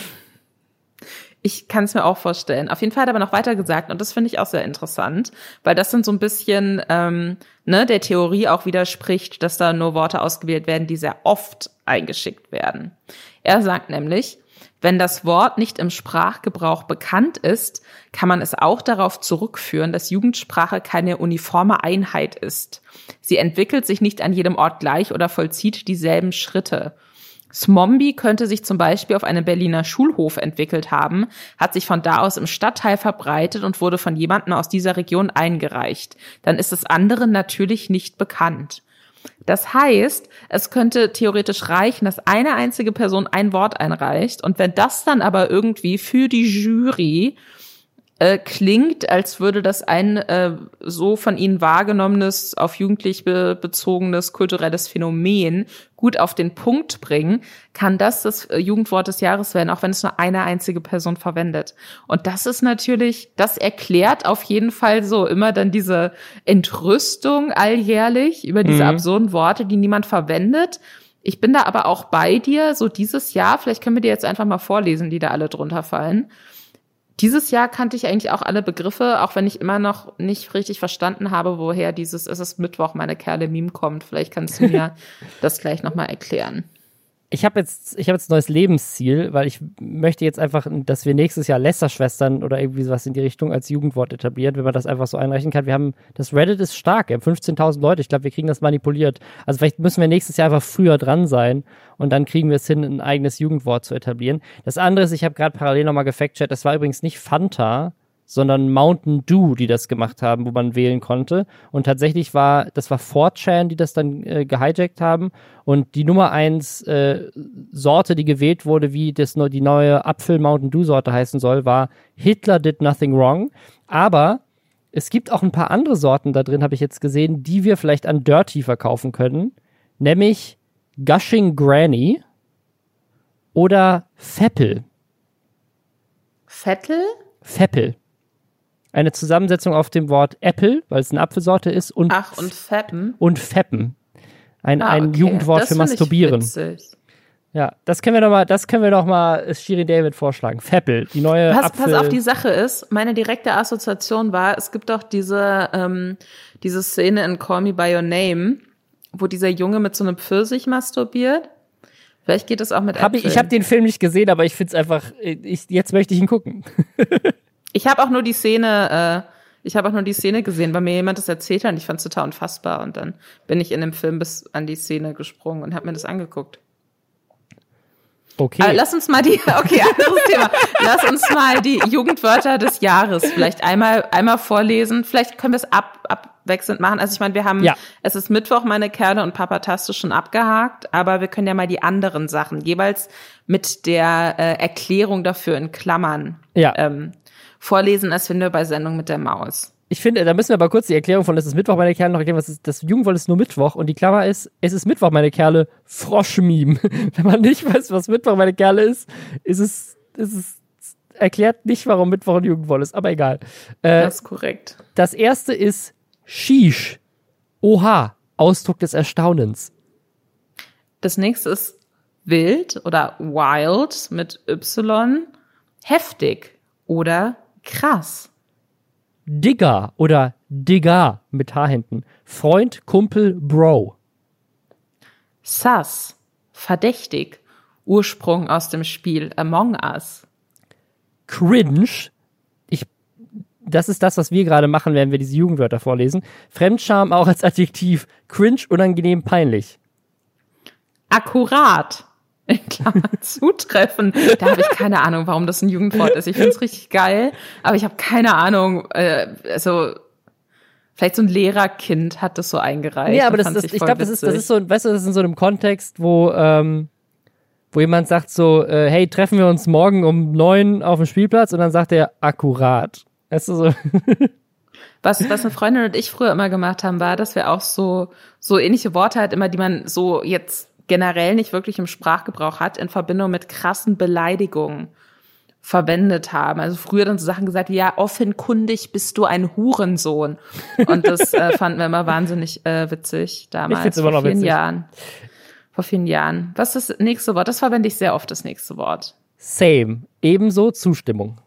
Ich kann es mir auch vorstellen. Auf jeden Fall hat er aber noch weiter gesagt, und das finde ich auch sehr interessant, weil das dann so ein bisschen der Theorie auch widerspricht, dass da nur Worte ausgewählt werden, die sehr oft eingeschickt werden. Er sagt nämlich, wenn das Wort nicht im Sprachgebrauch bekannt ist, kann man es auch darauf zurückführen, dass Jugendsprache keine uniforme Einheit ist. Sie entwickelt sich nicht an jedem Ort gleich oder vollzieht dieselben Schritte. Smombie könnte sich zum Beispiel auf einem Berliner Schulhof entwickelt haben, hat sich von da aus im Stadtteil verbreitet und wurde von jemandem aus dieser Region eingereicht. Dann ist es anderen natürlich nicht bekannt. Das heißt, es könnte theoretisch reichen, dass eine einzige Person ein Wort einreicht und wenn das dann aber irgendwie für die Jury klingt, als würde das ein so von ihnen wahrgenommenes, auf jugendlich bezogenes kulturelles Phänomen gut auf den Punkt bringen, kann das Jugendwort des Jahres werden, auch wenn es nur eine einzige Person verwendet. Und das ist natürlich, das erklärt auf jeden Fall so immer dann diese Entrüstung alljährlich über diese absurden Worte, die niemand verwendet. Ich bin da aber auch bei dir, so dieses Jahr, vielleicht können wir dir jetzt einfach mal vorlesen, die da alle drunter fallen. Dieses Jahr kannte ich eigentlich auch alle Begriffe, auch wenn ich immer noch nicht richtig verstanden habe, woher dieses "Es ist Mittwoch, meine Kerle"-Meme kommt. Vielleicht kannst du mir das gleich nochmal erklären. Ich habe jetzt ein neues Lebensziel, weil ich möchte jetzt einfach, dass wir nächstes Jahr Lästerschwestern oder irgendwie sowas in die Richtung als Jugendwort etablieren, wenn man das einfach so einreichen kann. Das Reddit ist stark, wir haben 15.000 Leute, ich glaube, wir kriegen das manipuliert. Also vielleicht müssen wir nächstes Jahr einfach früher dran sein und dann kriegen wir es hin, ein eigenes Jugendwort zu etablieren. Das andere ist, ich habe gerade parallel nochmal gefact-checkt, das war übrigens nicht Fanta, sondern Mountain Dew, die das gemacht haben, wo man wählen konnte. Und tatsächlich war 4chan, die das dann gehijackt haben. Und die Nummer 1 Sorte, die gewählt wurde, wie die neue Apfel Mountain Dew Sorte heißen soll, war Hitler did nothing wrong. Aber es gibt auch ein paar andere Sorten da drin, habe ich jetzt gesehen, die wir vielleicht an Dirty verkaufen können. Nämlich Gushing Granny oder Veppel. Vettel? Veppel. Eine Zusammensetzung auf dem Wort Apple, weil es eine Apfelsorte ist, und Feppen. Und Feppen. Ein Jugendwort das für Masturbieren. Ja, das können wir doch mal Shirin David vorschlagen. Veppel, die neue Pass auf, die Sache ist, meine direkte Assoziation war, es gibt doch diese Szene in Call Me By Your Name, wo dieser Junge mit so einem Pfirsich masturbiert. Vielleicht geht es auch mit Äpfeln. Ich habe den Film nicht gesehen, aber ich find's einfach, jetzt möchte ich ihn gucken. Ich habe auch nur die Szene gesehen, weil mir jemand das erzählt hat und ich fand es total unfassbar. Und dann bin ich in dem Film bis an die Szene gesprungen und habe mir das angeguckt. Okay. Lass uns mal anderes Thema. Lass uns mal die Jugendwörter des Jahres vielleicht einmal vorlesen. Vielleicht können wir es abwechselnd machen. Also ich meine, wir haben, Es ist Mittwoch, meine Kerle und Papatastisch schon abgehakt, aber wir können ja mal die anderen Sachen jeweils mit der Erklärung dafür in Klammern vorlesen, als wenn wir bei Sendung mit der Maus. Ich finde, da müssen wir aber kurz die Erklärung von, es ist Mittwoch, meine Kerle, noch erklären, was ist, das Jugendwort ist nur Mittwoch und die Klammer ist, es ist Mittwoch, meine Kerle, Froschmeme. Wenn man nicht weiß, was Mittwoch, meine Kerle ist es erklärt nicht, warum Mittwoch ein Jugendwort ist, aber egal. Das ist korrekt. Das erste ist Sheesh. Oha. Ausdruck des Erstaunens. Das nächste ist wild oder wild mit Y. Heftig oder krass. Digger oder Digger mit H hinten. Freund, Kumpel, Bro. Sus. Verdächtig. Ursprung aus dem Spiel Among Us. Cringe. Das ist das, was wir gerade machen, wenn wir diese Jugendwörter vorlesen. Fremdscham auch als Adjektiv. Cringe, unangenehm, peinlich. Akkurat. In Klammern zutreffend. Da habe ich keine Ahnung, warum das ein Jugendwort ist. Ich finde es richtig geil, aber ich habe keine Ahnung, vielleicht so ein Lehrerkind hat das so eingereicht. Ja, aber ich glaube, das ist so, weißt du, das ist in so einem Kontext, wo jemand sagt so, hey, treffen wir uns morgen um 9 auf dem Spielplatz und dann sagt er akkurat. Weißt du so? Was eine Freundin und ich früher immer gemacht haben, war, dass wir auch so ähnliche Worte halt immer, die man so jetzt generell nicht wirklich im Sprachgebrauch hat, in Verbindung mit krassen Beleidigungen verwendet haben. Also früher dann so Sachen gesagt, ja, offenkundig bist du ein Hurensohn. Und das fanden wir immer wahnsinnig witzig damals. Ich find's immer noch witzig. Vor vielen Jahren. Was ist das nächste Wort? Das verwende ich sehr oft, das nächste Wort. Same. Ebenso Zustimmung.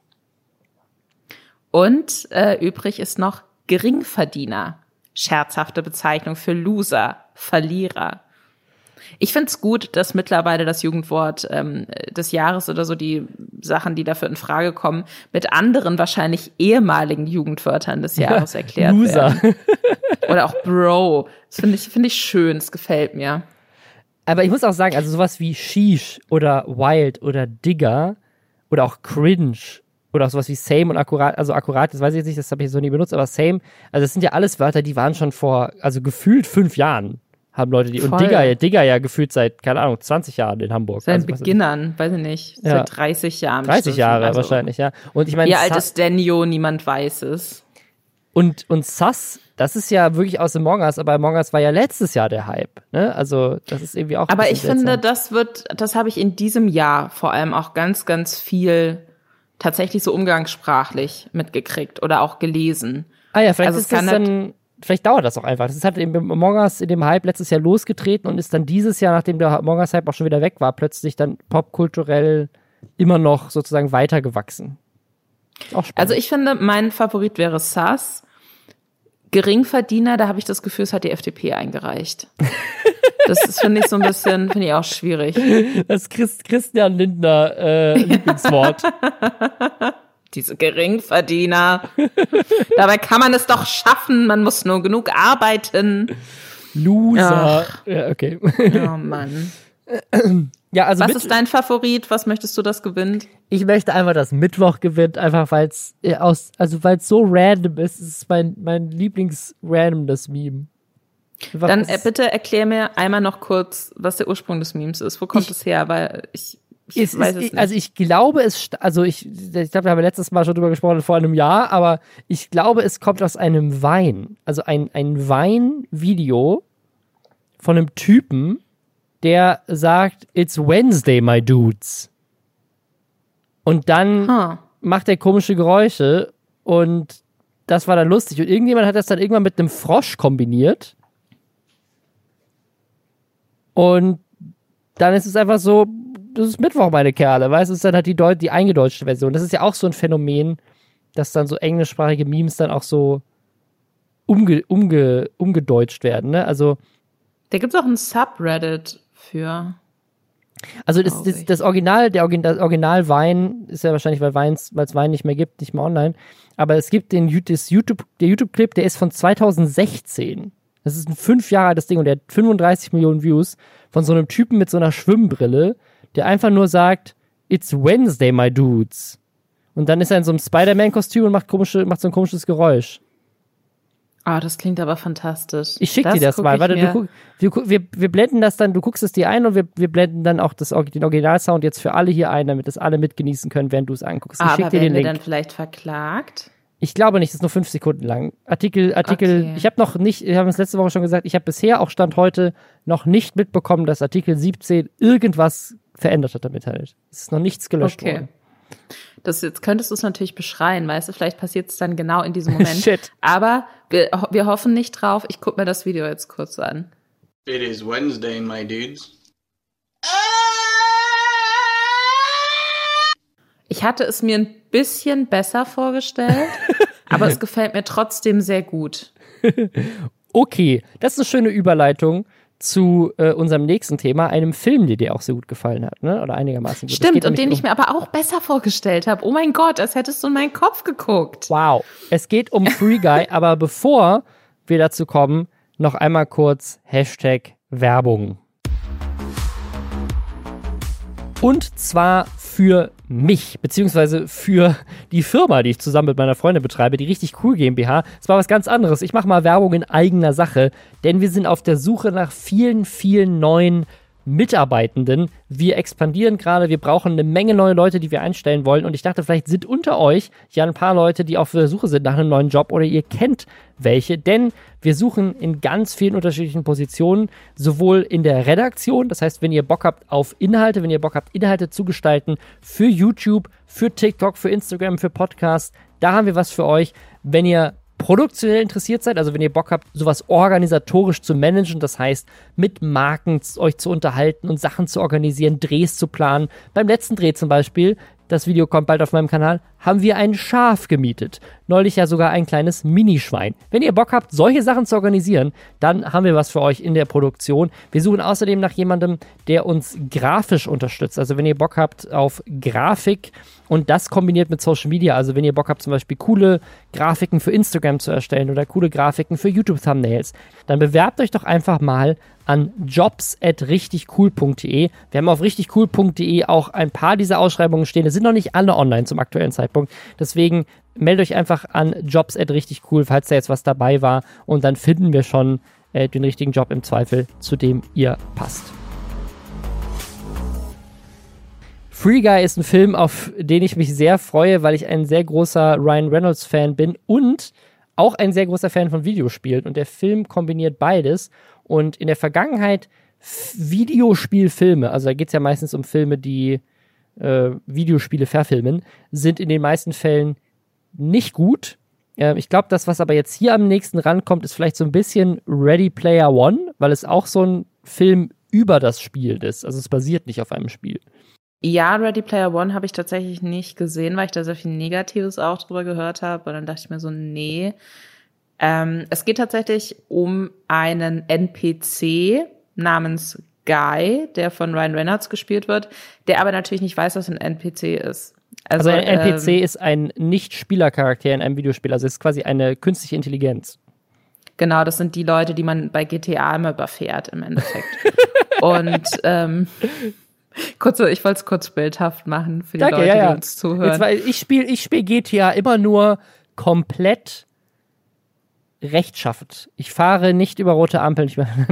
Und übrig ist noch Geringverdiener. Scherzhafte Bezeichnung für Loser, Verlierer. Ich find's gut, dass mittlerweile das Jugendwort des Jahres oder so die Sachen, die dafür in Frage kommen, mit anderen wahrscheinlich ehemaligen Jugendwörtern des Jahres erklärt Loser. werden. Oder auch Bro. Das finde ich schön, das gefällt mir. Aber ich muss auch sagen, also sowas wie Sheesh oder Wild oder Digger oder auch Cringe oder auch sowas wie Same und Akkurat, also Akkurat, das weiß ich jetzt nicht, das habe ich so nie benutzt, aber Same, also das sind ja alles Wörter, die waren schon vor, also gefühlt 5 Jahren haben Leute die, und Digger ja gefühlt seit, keine Ahnung, 20 Jahren in Hamburg. Seit Beginnern, weiß ich nicht, ja. seit 30 Jahren. 30 Jahre also, wahrscheinlich, ja. Und ich meine, wie alt ist Denio, niemand weiß es. Und Sus, das ist ja wirklich aus Among Us, aber Among Us war ja letztes Jahr der Hype, ne? Also, das ist irgendwie auch. Aber ich finde, das habe ich in diesem Jahr vor allem auch ganz, ganz viel tatsächlich so umgangssprachlich mitgekriegt oder auch gelesen. Ah ja, vielleicht ist das dann, vielleicht dauert das auch einfach. Das ist halt im Among Us in dem Hype letztes Jahr losgetreten und ist dann dieses Jahr, nachdem der Among Us Hype auch schon wieder weg war, plötzlich dann popkulturell immer noch sozusagen weitergewachsen. Auch spannend. Also ich finde, mein Favorit wäre Sus. Geringverdiener, da habe ich das Gefühl, es hat die FDP eingereicht. Das finde ich so ein bisschen, finde ich auch schwierig. Das Christian Lindner Lieblingswort. Diese Geringverdiener. Dabei kann man es doch schaffen, man muss nur genug arbeiten. Loser. Ach. Ja, okay. Oh Mann. Ja, also was ist dein Favorit? Was möchtest du, das gewinnt? Ich möchte einfach, dass Mittwoch gewinnt, einfach weil es so random ist. Es ist mein Lieblings-randomness Meme. Dann bitte erklär mir einmal noch kurz, was der Ursprung des Memes ist. Wo kommt es her? Weil ich weiß es nicht. Also ich glaube, ich glaube, wir haben letztes Mal schon drüber gesprochen, vor einem Jahr, aber ich glaube, es kommt aus einem Vine. Also ein Vine-Video von einem Typen, der sagt, it's Wednesday, my dudes. Und dann macht er komische Geräusche und das war dann lustig. Und irgendjemand hat das dann irgendwann mit einem Frosch kombiniert. Und dann ist es einfach so, das ist Mittwoch, meine Kerle, weißt du, es ist dann halt die eingedeutschte Version. Das ist ja auch so ein Phänomen, dass dann so englischsprachige Memes dann auch so umgedeutscht werden, ne? Also da gibt's auch ein Subreddit für. Also das Original Vine ist ja wahrscheinlich, weil es Vine nicht mehr gibt, nicht mehr online. Aber es gibt der YouTube-Clip, der ist von 2016. Das ist ein 5 Jahre altes Ding und der hat 35 Millionen Views von so einem Typen mit so einer Schwimmbrille, der einfach nur sagt, it's Wednesday, my dudes. Und dann ist er in so einem Spider-Man-Kostüm und macht so ein komisches Geräusch. Ah, das klingt aber fantastisch. Ich schick dir das mal. Warte, wir blenden das dann, du guckst es dir ein und wir blenden dann auch den Originalsound jetzt für alle hier ein, damit das alle mitgenießen können, während du es anguckst. Ich schick dir den Link. Aber werden wir dann vielleicht verklagt? Ich glaube nicht, das ist nur 5 Sekunden lang. Artikel, okay. Ich habe es letzte Woche schon gesagt, ich habe bisher auch Stand heute noch nicht mitbekommen, dass Artikel 17 irgendwas verändert hat damit halt. Es ist noch nichts gelöscht worden. Jetzt könntest du es natürlich beschreien, weißt du, vielleicht passiert es dann genau in diesem Moment. Shit. Aber wir hoffen nicht drauf. Ich gucke mir das Video jetzt kurz an. It is Wednesday, my dudes. Ich hatte es mir ein bisschen besser vorgestellt, aber es gefällt mir trotzdem sehr gut. Okay, das ist eine schöne Überleitung zu unserem nächsten Thema, einem Film, der dir auch sehr gut gefallen hat, ne? Oder einigermaßen gut. Stimmt, und den ich mir aber auch besser vorgestellt habe. Oh mein Gott, als hättest du in meinen Kopf geguckt. Wow, es geht um Free Guy, aber bevor wir dazu kommen, noch einmal kurz #Werbung. Und zwar für mich, beziehungsweise für die Firma, die ich zusammen mit meiner Freundin betreibe, die Richtig Cool GmbH. Es war was ganz anderes. Ich mache mal Werbung in eigener Sache, denn wir sind auf der Suche nach vielen, vielen neuen Mitarbeitenden. Wir expandieren gerade, wir brauchen eine Menge neue Leute, die wir einstellen wollen. Und ich dachte, vielleicht sind unter euch ja ein paar Leute, die auf der Suche sind nach einem neuen Job oder ihr kennt welche. Denn wir suchen in ganz vielen unterschiedlichen Positionen, sowohl in der Redaktion, das heißt, wenn ihr Bock habt auf Inhalte, wenn ihr Bock habt, Inhalte zu gestalten für YouTube, für TikTok, für Instagram, für Podcasts, da haben wir was für euch. Wenn ihr produktionell interessiert seid, also wenn ihr Bock habt, sowas organisatorisch zu managen, das heißt, mit Marken euch zu unterhalten und Sachen zu organisieren, Drehs zu planen. Beim letzten Dreh zum Beispiel, das Video kommt bald auf meinem Kanal, haben wir ein Schaf gemietet. Neulich ja sogar ein kleines Minischwein. Wenn ihr Bock habt, solche Sachen zu organisieren, dann haben wir was für euch in der Produktion. Wir suchen außerdem nach jemandem, der uns grafisch unterstützt. Also wenn ihr Bock habt auf Grafik und das kombiniert mit Social Media, also wenn ihr Bock habt, zum Beispiel coole Grafiken für Instagram zu erstellen oder coole Grafiken für YouTube-Thumbnails, dann bewerbt euch doch einfach mal an jobs@richtigcool.de. Wir haben auf richtigcool.de auch ein paar dieser Ausschreibungen stehen. Es sind noch nicht alle online zum aktuellen Zeitpunkt. Deswegen meldet euch einfach an jobs@richtigcool, falls da jetzt was dabei war. Und dann finden wir schon den richtigen Job im Zweifel, zu dem ihr passt. Free Guy ist ein Film, auf den ich mich sehr freue, weil ich ein sehr großer Ryan Reynolds-Fan bin und auch ein sehr großer Fan von Videospielen. Und der Film kombiniert beides. Und in der Vergangenheit Videospielfilme, also da geht es ja meistens um Filme, die Videospiele verfilmen, sind in den meisten Fällen nicht gut. Ich glaube, das, was aber jetzt hier am nächsten rankommt, ist vielleicht so ein bisschen Ready Player One, weil es auch so ein Film über das Spiel ist. Also es basiert nicht auf einem Spiel. Ja, Ready Player One habe ich tatsächlich nicht gesehen, weil ich da sehr viel Negatives auch drüber gehört habe. Und dann dachte ich mir so, nee. Es geht tatsächlich um einen NPC namens Guy, der von Ryan Reynolds gespielt wird, der aber natürlich nicht weiß, was ein NPC ist. Also ein NPC ist ein Nicht-Spielercharakter in einem Videospiel, also es ist quasi eine künstliche Intelligenz. Genau, das sind die Leute, die man bei GTA immer überfährt im Endeffekt. Und ich wollte es kurz bildhaft machen für die Leute, die uns zuhören. Ich spiel GTA immer nur komplett rechtschaffend. Ich fahre nicht über rote Ampeln.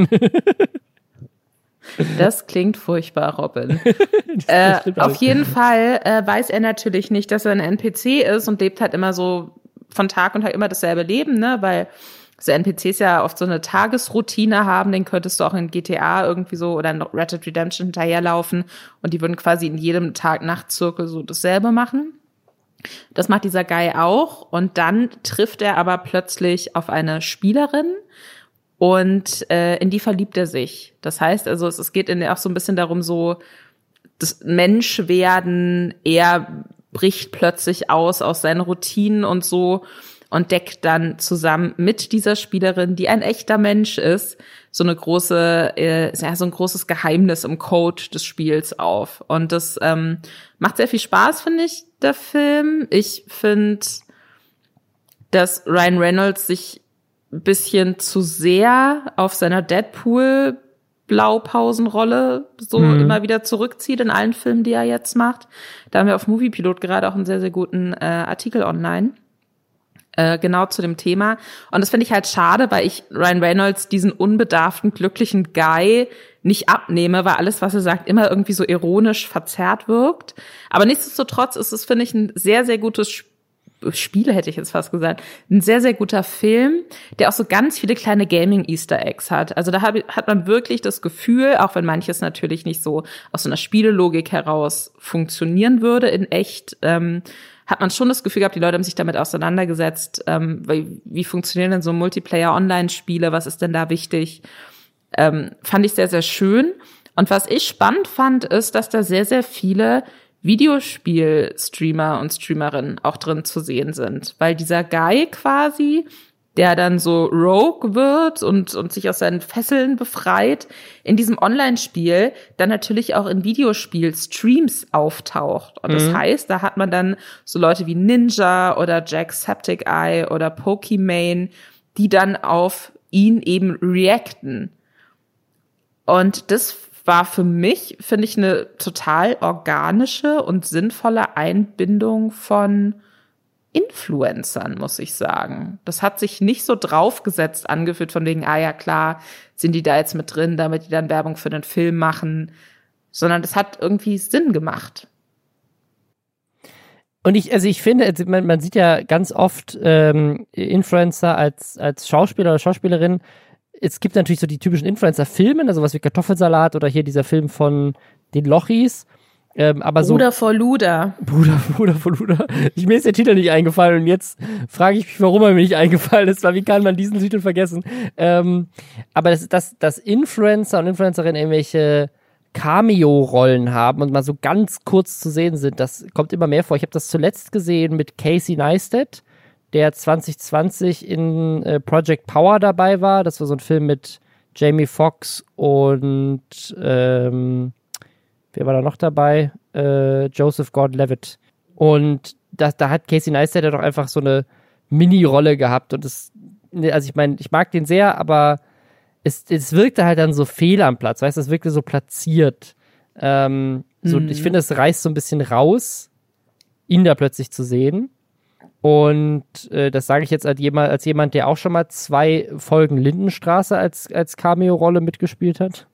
Das klingt furchtbar, Robin. Auf jeden Fall weiß er natürlich nicht, dass er ein NPC ist und lebt halt immer so von Tag und Tag immer dasselbe Leben, ne? Weil so NPCs ja oft so eine Tagesroutine haben, den könntest du auch in GTA irgendwie so oder in Red Dead Redemption hinterherlaufen und die würden quasi in jedem Tag-Nacht-Zirkel so dasselbe machen. Das macht dieser Guy auch und dann trifft er aber plötzlich auf eine Spielerin und in die verliebt er sich. Das heißt also, es geht auch so ein bisschen darum, so das Menschwerden, er bricht plötzlich aus seinen Routinen und so und deckt dann zusammen mit dieser Spielerin, die ein echter Mensch ist, so ein großes Geheimnis im Code des Spiels auf. Und das macht sehr viel Spaß, finde ich, der Film. Ich finde, dass Ryan Reynolds sich ein bisschen zu sehr auf seiner Deadpool-Blaupausenrolle so immer wieder zurückzieht in allen Filmen, die er jetzt macht. Da haben wir auf Moviepilot gerade auch einen sehr, sehr guten Artikel online. Genau zu dem Thema. Und das finde ich halt schade, weil ich Ryan Reynolds diesen unbedarften, glücklichen Guy nicht abnehme, weil alles, was er sagt, immer irgendwie so ironisch verzerrt wirkt. Aber nichtsdestotrotz ist es, finde ich, ein sehr, sehr gutes Spiele hätte ich jetzt fast gesagt, ein sehr, sehr guter Film, der auch so ganz viele kleine Gaming-Easter-Eggs hat. Also da hat man wirklich das Gefühl, auch wenn manches natürlich nicht so aus so einer Spielelogik heraus funktionieren würde in echt, hat man schon das Gefühl gehabt, die Leute haben sich damit auseinandergesetzt, wie funktionieren denn so Multiplayer-Online-Spiele, was ist denn da wichtig? Fand ich sehr, sehr schön. Und was ich spannend fand, ist, dass da sehr, sehr viele Videospiel-Streamer und Streamerinnen auch drin zu sehen sind. Weil dieser Guy quasi, der dann so Rogue wird und sich aus seinen Fesseln befreit, in diesem Online-Spiel dann natürlich auch in Videospiel-Streams auftaucht. Und das heißt, da hat man dann so Leute wie Ninja oder Jacksepticeye oder Pokimane, die dann auf ihn eben reacten. Und das war für mich, finde ich, eine total organische und sinnvolle Einbindung von Influencern, muss ich sagen. Das hat sich nicht so draufgesetzt angefühlt von wegen, ja klar, sind die da jetzt mit drin, damit die dann Werbung für den Film machen, sondern das hat irgendwie Sinn gemacht. Und ich finde, man sieht ja ganz oft Influencer als Schauspieler oder Schauspielerin. Es gibt natürlich so die typischen Influencer-Filme, also was wie Kartoffelsalat oder hier dieser Film von den Lochis. Aber so Bruder vor Luder. Bruder vor Luder. Mir ist der Titel nicht eingefallen und jetzt frage ich mich, warum er mir nicht eingefallen ist, weil wie kann man diesen Titel vergessen? Aber dass Influencer und Influencerinnen irgendwelche Cameo-Rollen haben und mal so ganz kurz zu sehen sind, das kommt immer mehr vor. Ich habe das zuletzt gesehen mit Casey Neistat, der 2020 in Project Power dabei war. Das war so ein Film mit Jamie Foxx und wer war da noch dabei? Joseph Gordon-Levitt. Und da hat Casey Neistat ja doch einfach so eine Mini-Rolle gehabt. Und also ich meine, ich mag den sehr, aber es wirkte halt dann so fehl am Platz. Weißt du, es wirkte so platziert. Ich finde, es reißt so ein bisschen raus, ihn da plötzlich zu sehen. Und das sage ich jetzt als jemand, der auch schon mal 2 Folgen Lindenstraße als Cameo-Rolle mitgespielt hat.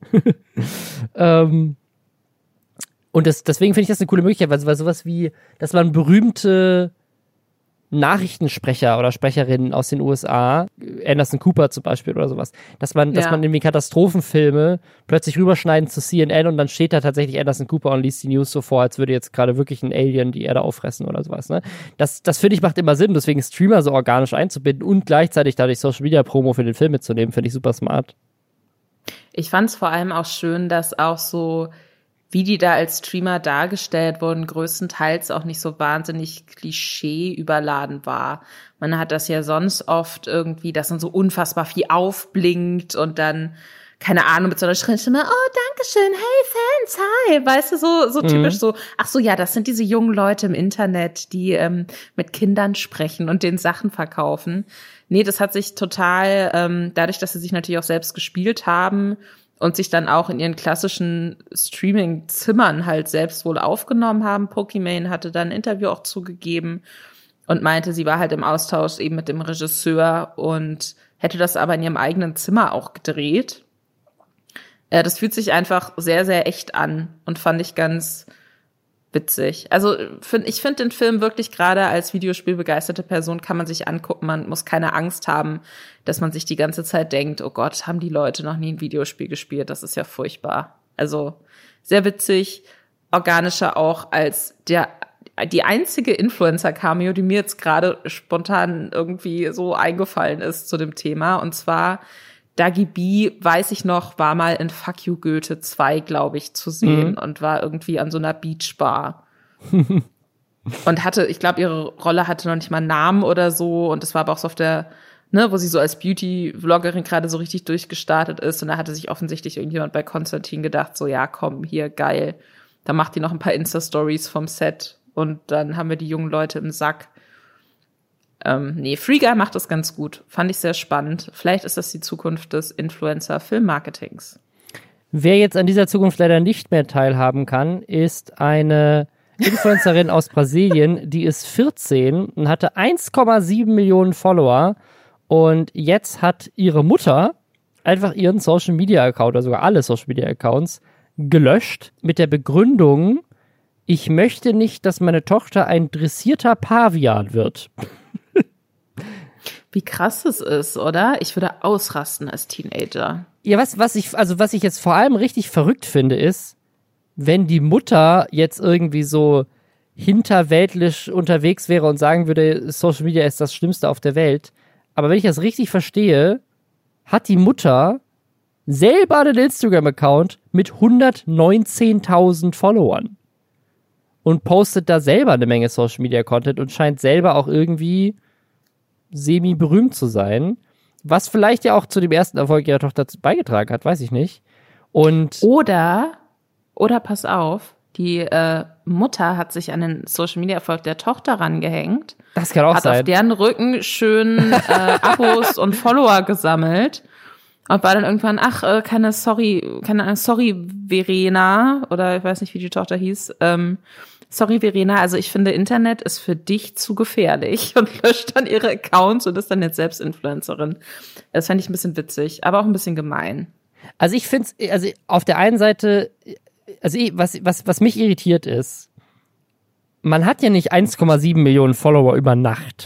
Und deswegen finde ich das eine coole Möglichkeit, weil sowas wie, dass man berühmte Nachrichtensprecher oder Sprecherinnen aus den USA, Anderson Cooper zum Beispiel oder sowas, dass man irgendwie Katastrophenfilme plötzlich rüberschneiden zu CNN und dann steht da tatsächlich Anderson Cooper und liest die News so vor, als würde jetzt gerade wirklich ein Alien die Erde auffressen oder sowas. Ne? Das finde ich macht immer Sinn, deswegen Streamer so organisch einzubinden und gleichzeitig dadurch Social Media Promo für den Film mitzunehmen, finde ich super smart. Ich fand es vor allem auch schön, dass auch so, wie die da als Streamer dargestellt wurden, größtenteils auch nicht so wahnsinnig klischee-überladen war. Man hat das ja sonst oft irgendwie, dass dann so unfassbar viel aufblinkt und dann, keine Ahnung, mit so einer schrillen Stimme, oh, dankeschön, hey Fans, hi, weißt du, so typisch so, ach so, ja, das sind diese jungen Leute im Internet, die mit Kindern sprechen und denen Sachen verkaufen. Nee, das hat sich total, dadurch, dass sie sich natürlich auch selbst gespielt haben, und sich dann auch in ihren klassischen Streaming-Zimmern halt selbst wohl aufgenommen haben. Pokimane hatte dann ein Interview auch zugegeben und meinte, sie war halt im Austausch eben mit dem Regisseur und hätte das aber in ihrem eigenen Zimmer auch gedreht. Das fühlt sich einfach sehr, sehr echt an und fand ich ganz witzig. Also ich finde den Film wirklich, gerade als Videospielbegeisterte Person kann man sich angucken, man muss keine Angst haben, dass man sich die ganze Zeit denkt, oh Gott, haben die Leute noch nie ein Videospiel gespielt, das ist ja furchtbar. Also sehr witzig, organischer auch als die einzige Influencer-Cameo, die mir jetzt gerade spontan irgendwie so eingefallen ist zu dem Thema, und zwar Dagi B, weiß ich noch, war mal in Fuck You Goethe 2, glaube ich, zu sehen und war irgendwie an so einer Beachbar. Und hatte, ich glaube, ihre Rolle hatte noch nicht mal einen Namen oder so. Und das war aber auch so auf der, wo sie so als Beauty-Vloggerin gerade so richtig durchgestartet ist. Und da hatte sich offensichtlich irgendjemand bei Konstantin gedacht, so, ja, komm, hier, geil. Da macht die noch ein paar Insta-Stories vom Set. Und dann haben wir die jungen Leute im Sack. Free Guy macht das ganz gut. Fand ich sehr spannend. Vielleicht ist das die Zukunft des Influencer-Filmmarketings. Wer jetzt an dieser Zukunft leider nicht mehr teilhaben kann, ist eine Influencerin aus Brasilien, die ist 14 und hatte 1,7 Millionen Follower. Und jetzt hat ihre Mutter einfach ihren Social-Media-Account, oder sogar alle Social-Media-Accounts, gelöscht mit der Begründung, ich möchte nicht, dass meine Tochter ein dressierter Pavian wird. Wie krass es ist, oder? Ich würde ausrasten als Teenager. Ja, was ich jetzt vor allem richtig verrückt finde, ist, wenn die Mutter jetzt irgendwie so hinterweltlich unterwegs wäre und sagen würde, Social Media ist das Schlimmste auf der Welt. Aber wenn ich das richtig verstehe, hat die Mutter selber einen Instagram-Account mit 119.000 Followern und postet da selber eine Menge Social Media Content und scheint selber auch irgendwie semi-berühmt zu sein, was vielleicht ja auch zu dem ersten Erfolg ihrer Tochter beigetragen hat, weiß ich nicht. Und Oder pass auf, die Mutter hat sich an den Social-Media-Erfolg der Tochter rangehängt, das kann auch hat sein. auf deren Rücken schön Abos und Follower gesammelt und war dann irgendwann, keine Sorry, Verena, oder ich weiß nicht, wie die Tochter hieß, sorry, Verena, also ich finde, Internet ist für dich zu gefährlich, und löscht dann ihre Accounts und ist dann jetzt selbst Influencerin. Das fände ich ein bisschen witzig, aber auch ein bisschen gemein. Also ich finde es, also auf der einen Seite, also was mich irritiert ist, man hat ja nicht 1,7 Millionen Follower über Nacht.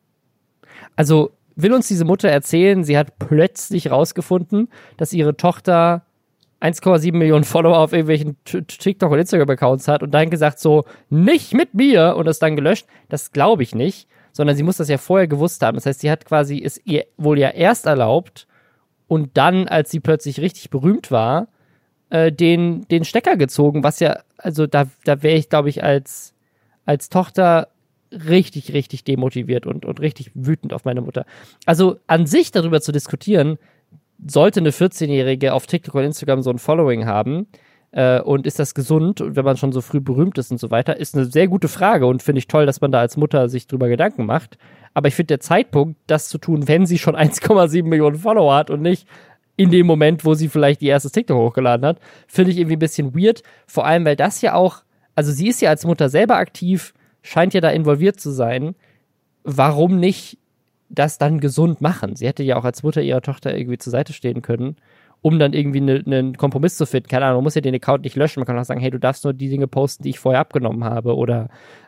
Also will uns diese Mutter erzählen, sie hat plötzlich rausgefunden, dass ihre Tochter 1,7 Millionen Follower auf irgendwelchen TikTok- und Instagram-Accounts hat und dann gesagt so, nicht mit mir, und das dann gelöscht. Das glaube ich nicht, sondern sie muss das ja vorher gewusst haben. Das heißt, sie hat quasi es ihr wohl ja erst erlaubt und dann, als sie plötzlich richtig berühmt war, den Stecker gezogen, was ja, also da wäre ich, glaube ich, als Tochter richtig, richtig demotiviert und richtig wütend auf meine Mutter. Also an sich darüber zu diskutieren, sollte eine 14-Jährige auf TikTok und Instagram so ein Following haben und ist das gesund, wenn man schon so früh berühmt ist und so weiter, ist eine sehr gute Frage und finde ich toll, dass man da als Mutter sich drüber Gedanken macht. Aber ich finde der Zeitpunkt, das zu tun, wenn sie schon 1,7 Millionen Follower hat und nicht in dem Moment, wo sie vielleicht die erste TikTok hochgeladen hat, finde ich irgendwie ein bisschen weird. Vor allem, weil das ja auch, also sie ist ja als Mutter selber aktiv, scheint ja da involviert zu sein. Warum nicht das dann gesund machen? Sie hätte ja auch als Mutter ihrer Tochter irgendwie zur Seite stehen können, um dann irgendwie einen Kompromiss zu finden. Keine Ahnung, man muss ja den Account nicht löschen. Man kann auch sagen, hey, du darfst nur die Dinge posten, die ich vorher abgenommen habe. Oder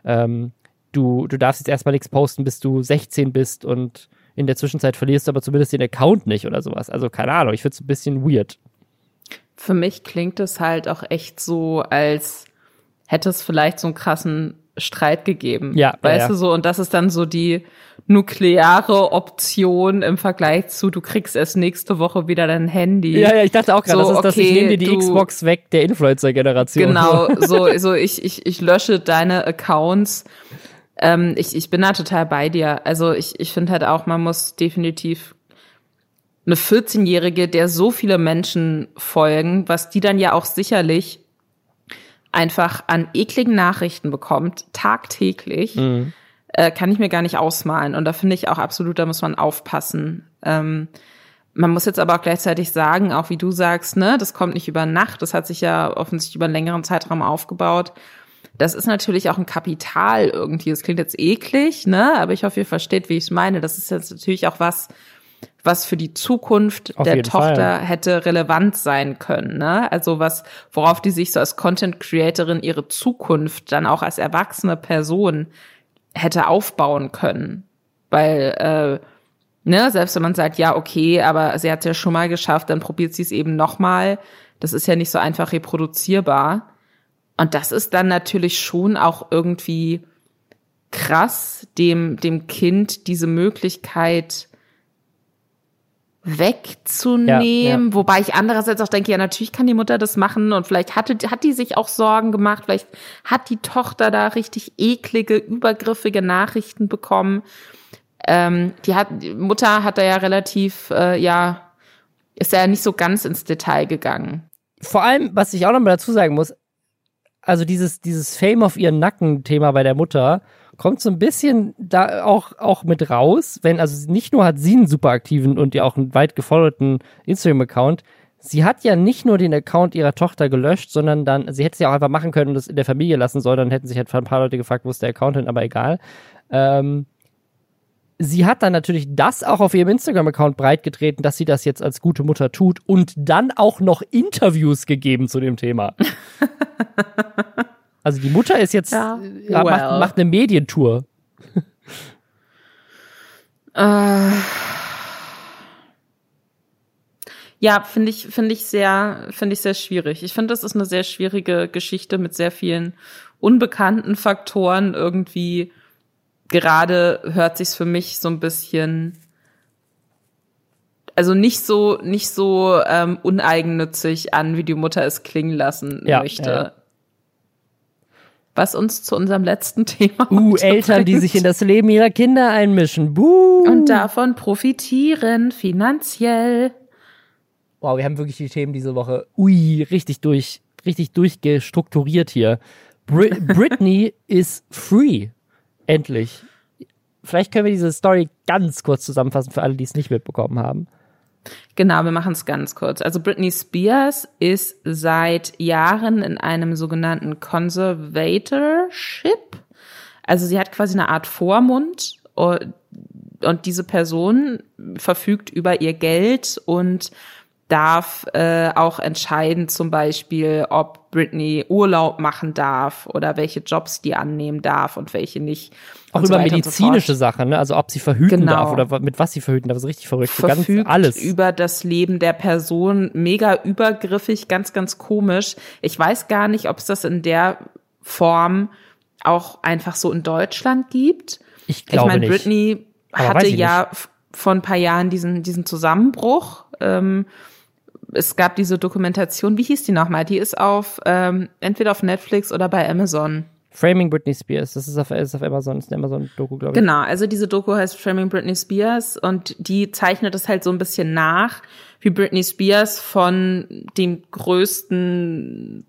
du darfst jetzt erstmal nichts posten, bis du 16 bist und in der Zwischenzeit verlierst du aber zumindest den Account nicht oder sowas. Also keine Ahnung, ich finde es ein bisschen weird. Für mich klingt es halt auch echt so, als hätte es vielleicht so einen krassen Streit gegeben. Ja, weißt du so, und das ist dann so die nukleare Option im Vergleich zu, du kriegst erst nächste Woche wieder dein Handy. Ja, ich dachte auch gerade, so, das ich nehme dir die Xbox weg der Influencer-Generation. Genau, so ich lösche deine Accounts. Ich bin da total bei dir. Also ich finde halt auch, man muss definitiv eine 14-Jährige, der so viele Menschen folgen, was die dann ja auch sicherlich einfach an ekligen Nachrichten bekommt, tagtäglich, kann ich mir gar nicht ausmalen. Und da finde ich auch absolut, da muss man aufpassen. Man muss jetzt aber auch gleichzeitig sagen, auch wie du sagst, ne, das kommt nicht über Nacht, das hat sich ja offensichtlich über einen längeren Zeitraum aufgebaut. Das ist natürlich auch ein Kapital irgendwie. Das klingt jetzt eklig, ne, aber ich hoffe, ihr versteht, wie ich es meine. Das ist jetzt natürlich auch was für die Zukunft der Tochter hätte relevant sein können, ne? Also worauf die sich so als Content Creatorin ihre Zukunft dann auch als erwachsene Person hätte aufbauen können. Weil, selbst wenn man sagt, ja, okay, aber sie hat es ja schon mal geschafft, dann probiert sie es eben nochmal. Das ist ja nicht so einfach reproduzierbar. Und das ist dann natürlich schon auch irgendwie krass, dem Kind diese Möglichkeit wegzunehmen, wobei ich andererseits auch denke, ja, natürlich kann die Mutter das machen und vielleicht hat die sich auch Sorgen gemacht, vielleicht hat die Tochter da richtig eklige, übergriffige Nachrichten bekommen. Die Mutter hat da ja relativ, ist ja nicht so ganz ins Detail gegangen. Vor allem, was ich auch noch mal dazu sagen muss, also dieses Fame auf ihren Nacken-Thema bei der Mutter kommt so ein bisschen da auch mit raus, wenn, also nicht nur hat sie einen super aktiven und ja auch einen weit gefollowten Instagram-Account, sie hat ja nicht nur den Account ihrer Tochter gelöscht, sondern dann, sie hätte es ja auch einfach machen können und das in der Familie lassen sollen, dann hätten sich halt ein paar Leute gefragt, wo ist der Account hin, aber egal. Sie hat dann natürlich das auch auf ihrem Instagram-Account breitgetreten, dass sie das jetzt als gute Mutter tut und dann auch noch Interviews gegeben zu dem Thema. Also die Mutter ist jetzt, macht eine Medientour. Ja, finde ich sehr schwierig. Ich finde, das ist eine sehr schwierige Geschichte mit sehr vielen unbekannten Faktoren. Irgendwie gerade hört sich's für mich so ein bisschen, also nicht so uneigennützig an, wie die Mutter es klingen lassen möchte. Ja. Was uns zu unserem letzten Thema Eltern, bringt. Die sich in das Leben ihrer Kinder einmischen. Buh. Und davon profitieren finanziell. Wow, wir haben wirklich die Themen diese Woche richtig durchgestrukturiert hier. Britney ist free. Endlich. Vielleicht können wir diese Story ganz kurz zusammenfassen für alle, die es nicht mitbekommen haben. Genau, wir machen es ganz kurz. Also Britney Spears ist seit Jahren in einem sogenannten Conservatorship. Also sie hat quasi eine Art Vormund und diese Person verfügt über ihr Geld und darf auch entscheiden, zum Beispiel, ob Britney Urlaub machen darf oder welche Jobs die annehmen darf und welche nicht. Auch über medizinische Sachen, ne? Also ob sie verhüten darf oder mit was sie verhüten darf, ist richtig verrückt. Verfügt ganz alles. Über das Leben der Person, mega übergriffig, ganz, ganz komisch. Ich weiß gar nicht, ob es das in der Form auch einfach so in Deutschland gibt. Ich glaube nicht. Britney hatte ja vor ein paar Jahren diesen Zusammenbruch. Es gab diese Dokumentation, wie hieß die nochmal? Die ist auf entweder auf Netflix oder bei Amazon. Framing Britney Spears, das ist auf Amazon, ist eine Amazon-Doku, glaube ich. Genau, also diese Doku heißt Framing Britney Spears und die zeichnet es halt so ein bisschen nach, wie Britney Spears von dem größten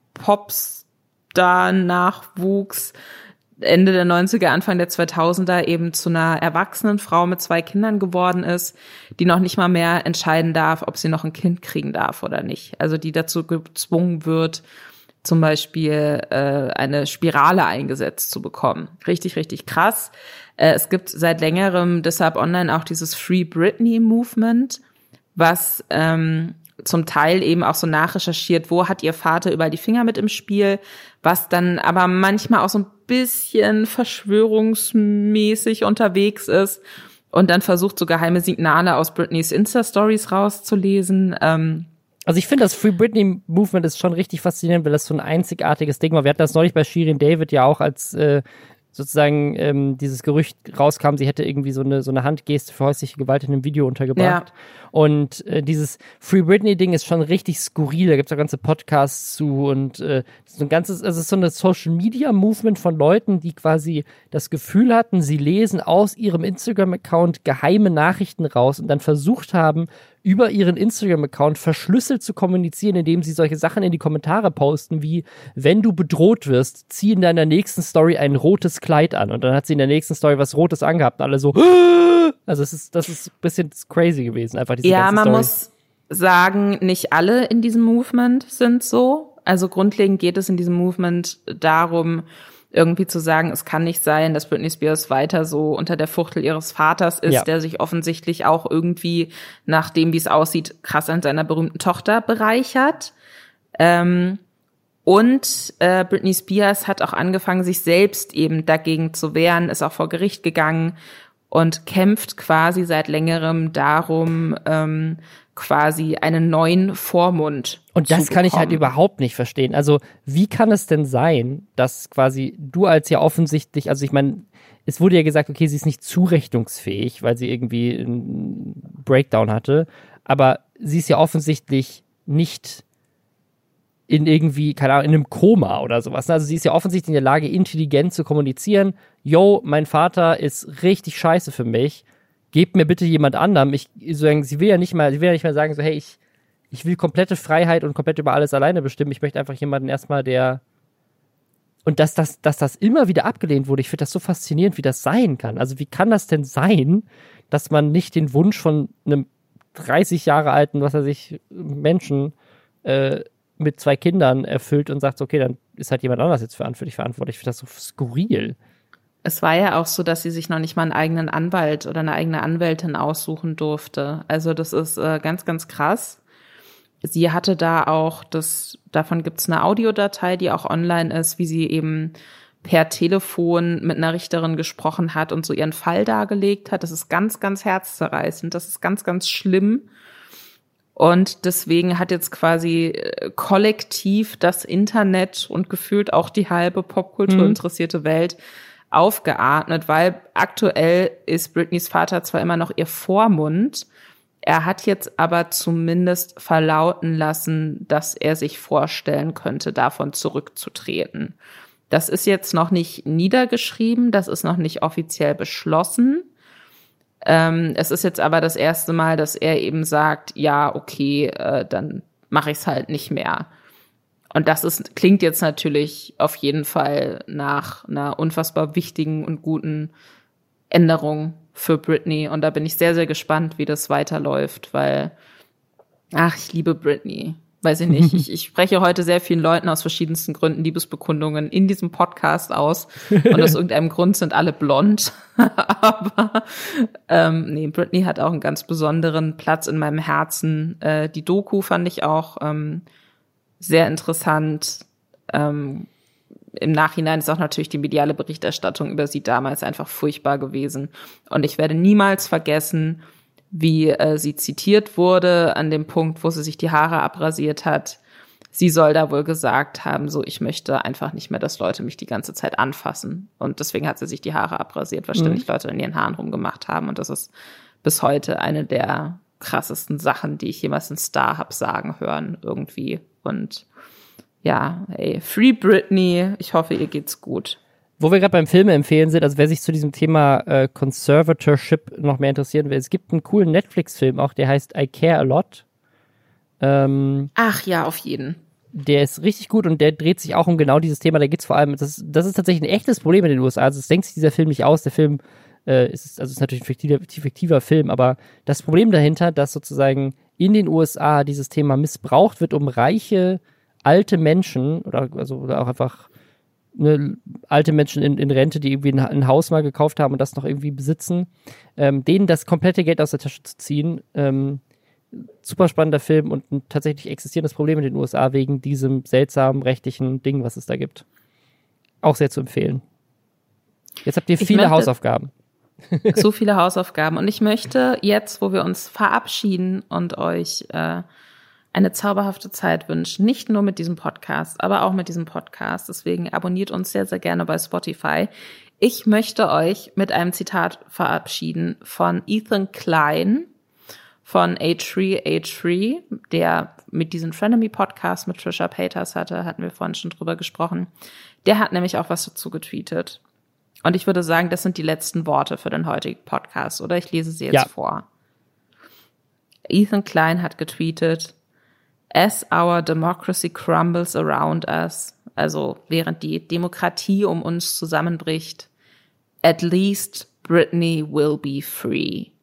Popstar-Nachwuchs Ende der 90er, Anfang der 2000er eben zu einer erwachsenen Frau mit 2 Kindern geworden ist, die noch nicht mal mehr entscheiden darf, ob sie noch ein Kind kriegen darf oder nicht. Also die dazu gezwungen wird, zum Beispiel eine Spirale eingesetzt zu bekommen. Richtig, richtig krass. Es gibt seit längerem deshalb online auch dieses Free Britney Movement, was zum Teil eben auch so nachrecherchiert, wo hat ihr Vater überall die Finger mit im Spiel, was dann aber manchmal auch so ein bisschen verschwörungsmäßig unterwegs ist und dann versucht, so geheime Signale aus Britneys Insta-Stories rauszulesen. Also ich finde, das Free Britney Movement ist schon richtig faszinierend, weil das so ein einzigartiges Ding war. Wir hatten das neulich bei Shirin David ja auch, als sozusagen dieses Gerücht rauskam, sie hätte irgendwie so eine Handgeste für häusliche Gewalt in einem Video untergebracht. Ja. Und dieses Free Britney-Ding ist schon richtig skurril. Da gibt es auch ganze Podcasts zu und so ein ganzes, also es ist so eine Social-Media-Movement von Leuten, die quasi das Gefühl hatten, sie lesen aus ihrem Instagram-Account geheime Nachrichten raus und dann versucht haben, über ihren Instagram-Account verschlüsselt zu kommunizieren, indem sie solche Sachen in die Kommentare posten, wie, wenn du bedroht wirst, zieh in deiner nächsten Story ein rotes Kleid an. Und dann hat sie in der nächsten Story was Rotes angehabt und alle so, also das ist ein bisschen crazy gewesen, einfach diese ganze Story. Ja, man muss sagen, nicht alle in diesem Movement sind so. Also grundlegend geht es in diesem Movement darum, irgendwie zu sagen, es kann nicht sein, dass Britney Spears weiter so unter der Fuchtel ihres Vaters ist, der sich offensichtlich auch irgendwie, nach dem, wie es aussieht, krass an seiner berühmten Tochter bereichert. Und Britney Spears hat auch angefangen, sich selbst eben dagegen zu wehren, ist auch vor Gericht gegangen und kämpft quasi seit längerem darum, quasi einen neuen Vormund und das kann ich halt überhaupt nicht verstehen. Also wie kann es denn sein, dass quasi du als ja offensichtlich, also ich meine, es wurde ja gesagt, okay, sie ist nicht zurechnungsfähig, weil sie irgendwie einen Breakdown hatte, aber sie ist ja offensichtlich nicht in irgendwie, keine Ahnung, in einem Koma oder sowas. Also sie ist ja offensichtlich in der Lage, intelligent zu kommunizieren. Yo, mein Vater ist richtig scheiße für mich. Gebt mir bitte jemand anderem. Sie will ja nicht mal sagen, so, hey, ich will komplette Freiheit und komplett über alles alleine bestimmen. Ich möchte einfach jemanden erstmal, der. Und dass das immer wieder abgelehnt wurde, ich finde das so faszinierend, wie das sein kann. Also wie kann das denn sein, dass man nicht den Wunsch von einem 30 Jahre alten, Menschen mit 2 Kindern erfüllt und sagt, okay, dann ist halt jemand anders jetzt für dich verantwortlich. Ich finde das so skurril. Es war ja auch so, dass sie sich noch nicht mal einen eigenen Anwalt oder eine eigene Anwältin aussuchen durfte. Also das ist ganz, ganz krass. sie hatte da auch davon gibt's eine Audiodatei, die auch online ist, wie sie eben per Telefon mit einer Richterin gesprochen hat und so ihren Fall dargelegt hat. Das ist ganz, ganz herzzerreißend. Das ist ganz, ganz schlimm. Und deswegen hat jetzt quasi kollektiv das Internet und gefühlt auch die halbe Popkultur interessierte Welt aufgeatmet, weil aktuell ist Britneys Vater zwar immer noch ihr Vormund, er hat jetzt aber zumindest verlauten lassen, dass er sich vorstellen könnte, davon zurückzutreten. Das ist jetzt noch nicht niedergeschrieben, das ist noch nicht offiziell beschlossen. Es ist jetzt aber das erste Mal, dass er eben sagt, ja, okay, dann mache ich es halt nicht mehr. Und das klingt jetzt natürlich auf jeden Fall nach einer unfassbar wichtigen und guten Änderung für Britney. Und da bin ich sehr, sehr gespannt, wie das weiterläuft, weil, ich liebe Britney. Weiß ich nicht. Ich spreche heute sehr vielen Leuten aus verschiedensten Gründen Liebesbekundungen in diesem Podcast aus. Und aus irgendeinem Grund sind alle blond. Aber Britney hat auch einen ganz besonderen Platz in meinem Herzen. Die Doku fand ich auch sehr interessant. Im Nachhinein ist auch natürlich die mediale Berichterstattung über sie damals einfach furchtbar gewesen. Und ich werde niemals vergessen, wie sie zitiert wurde an dem Punkt, wo sie sich die Haare abrasiert hat. Sie soll da wohl gesagt haben, so, ich möchte einfach nicht mehr, dass Leute mich die ganze Zeit anfassen. Und deswegen hat sie sich die Haare abrasiert, weil ständig Leute in ihren Haaren rumgemacht haben. Und das ist bis heute eine der krassesten Sachen, die ich jemals einen Star hab sagen hören irgendwie. Und ja, Free Britney. Ich hoffe, ihr geht's gut. Wo wir gerade beim Filme empfehlen sind, also wer sich zu diesem Thema Conservatorship noch mehr interessieren will, es gibt einen coolen Netflix-Film auch, der heißt I Care a Lot. Ach ja, auf jeden. Der ist richtig gut und der dreht sich auch um genau dieses Thema. Da geht's vor allem, das ist tatsächlich ein echtes Problem in den USA. Also das denkt sich dieser Film nicht aus. Der Film ist natürlich ein fiktiver Film, aber das Problem dahinter, dass sozusagen in den USA dieses Thema missbraucht wird, um reiche, alte Menschen oder auch einfach alte Menschen in Rente, die irgendwie ein Haus mal gekauft haben und das noch irgendwie besitzen, denen das komplette Geld aus der Tasche zu ziehen. Super spannender Film und ein tatsächlich existierendes Problem in den USA wegen diesem seltsamen rechtlichen Ding, was es da gibt. Auch sehr zu empfehlen. Jetzt habt ihr viele Hausaufgaben. So viele Hausaufgaben. Und ich möchte jetzt, wo wir uns verabschieden und euch eine zauberhafte Zeit wünschen, nicht nur mit diesem Podcast, aber auch mit diesem Podcast. Deswegen abonniert uns sehr, sehr gerne bei Spotify. Ich möchte euch mit einem Zitat verabschieden von Ethan Klein von A3, der mit diesem Frenemy-Podcast mit Trisha Paytas hatten wir vorhin schon drüber gesprochen. Der hat nämlich auch was dazu getweetet. Und ich würde sagen, das sind die letzten Worte für den heutigen Podcast, oder? Ich lese sie jetzt vor. Ethan Klein hat getweetet: As our democracy crumbles around us, also während die Demokratie um uns zusammenbricht, at least Britney will be free.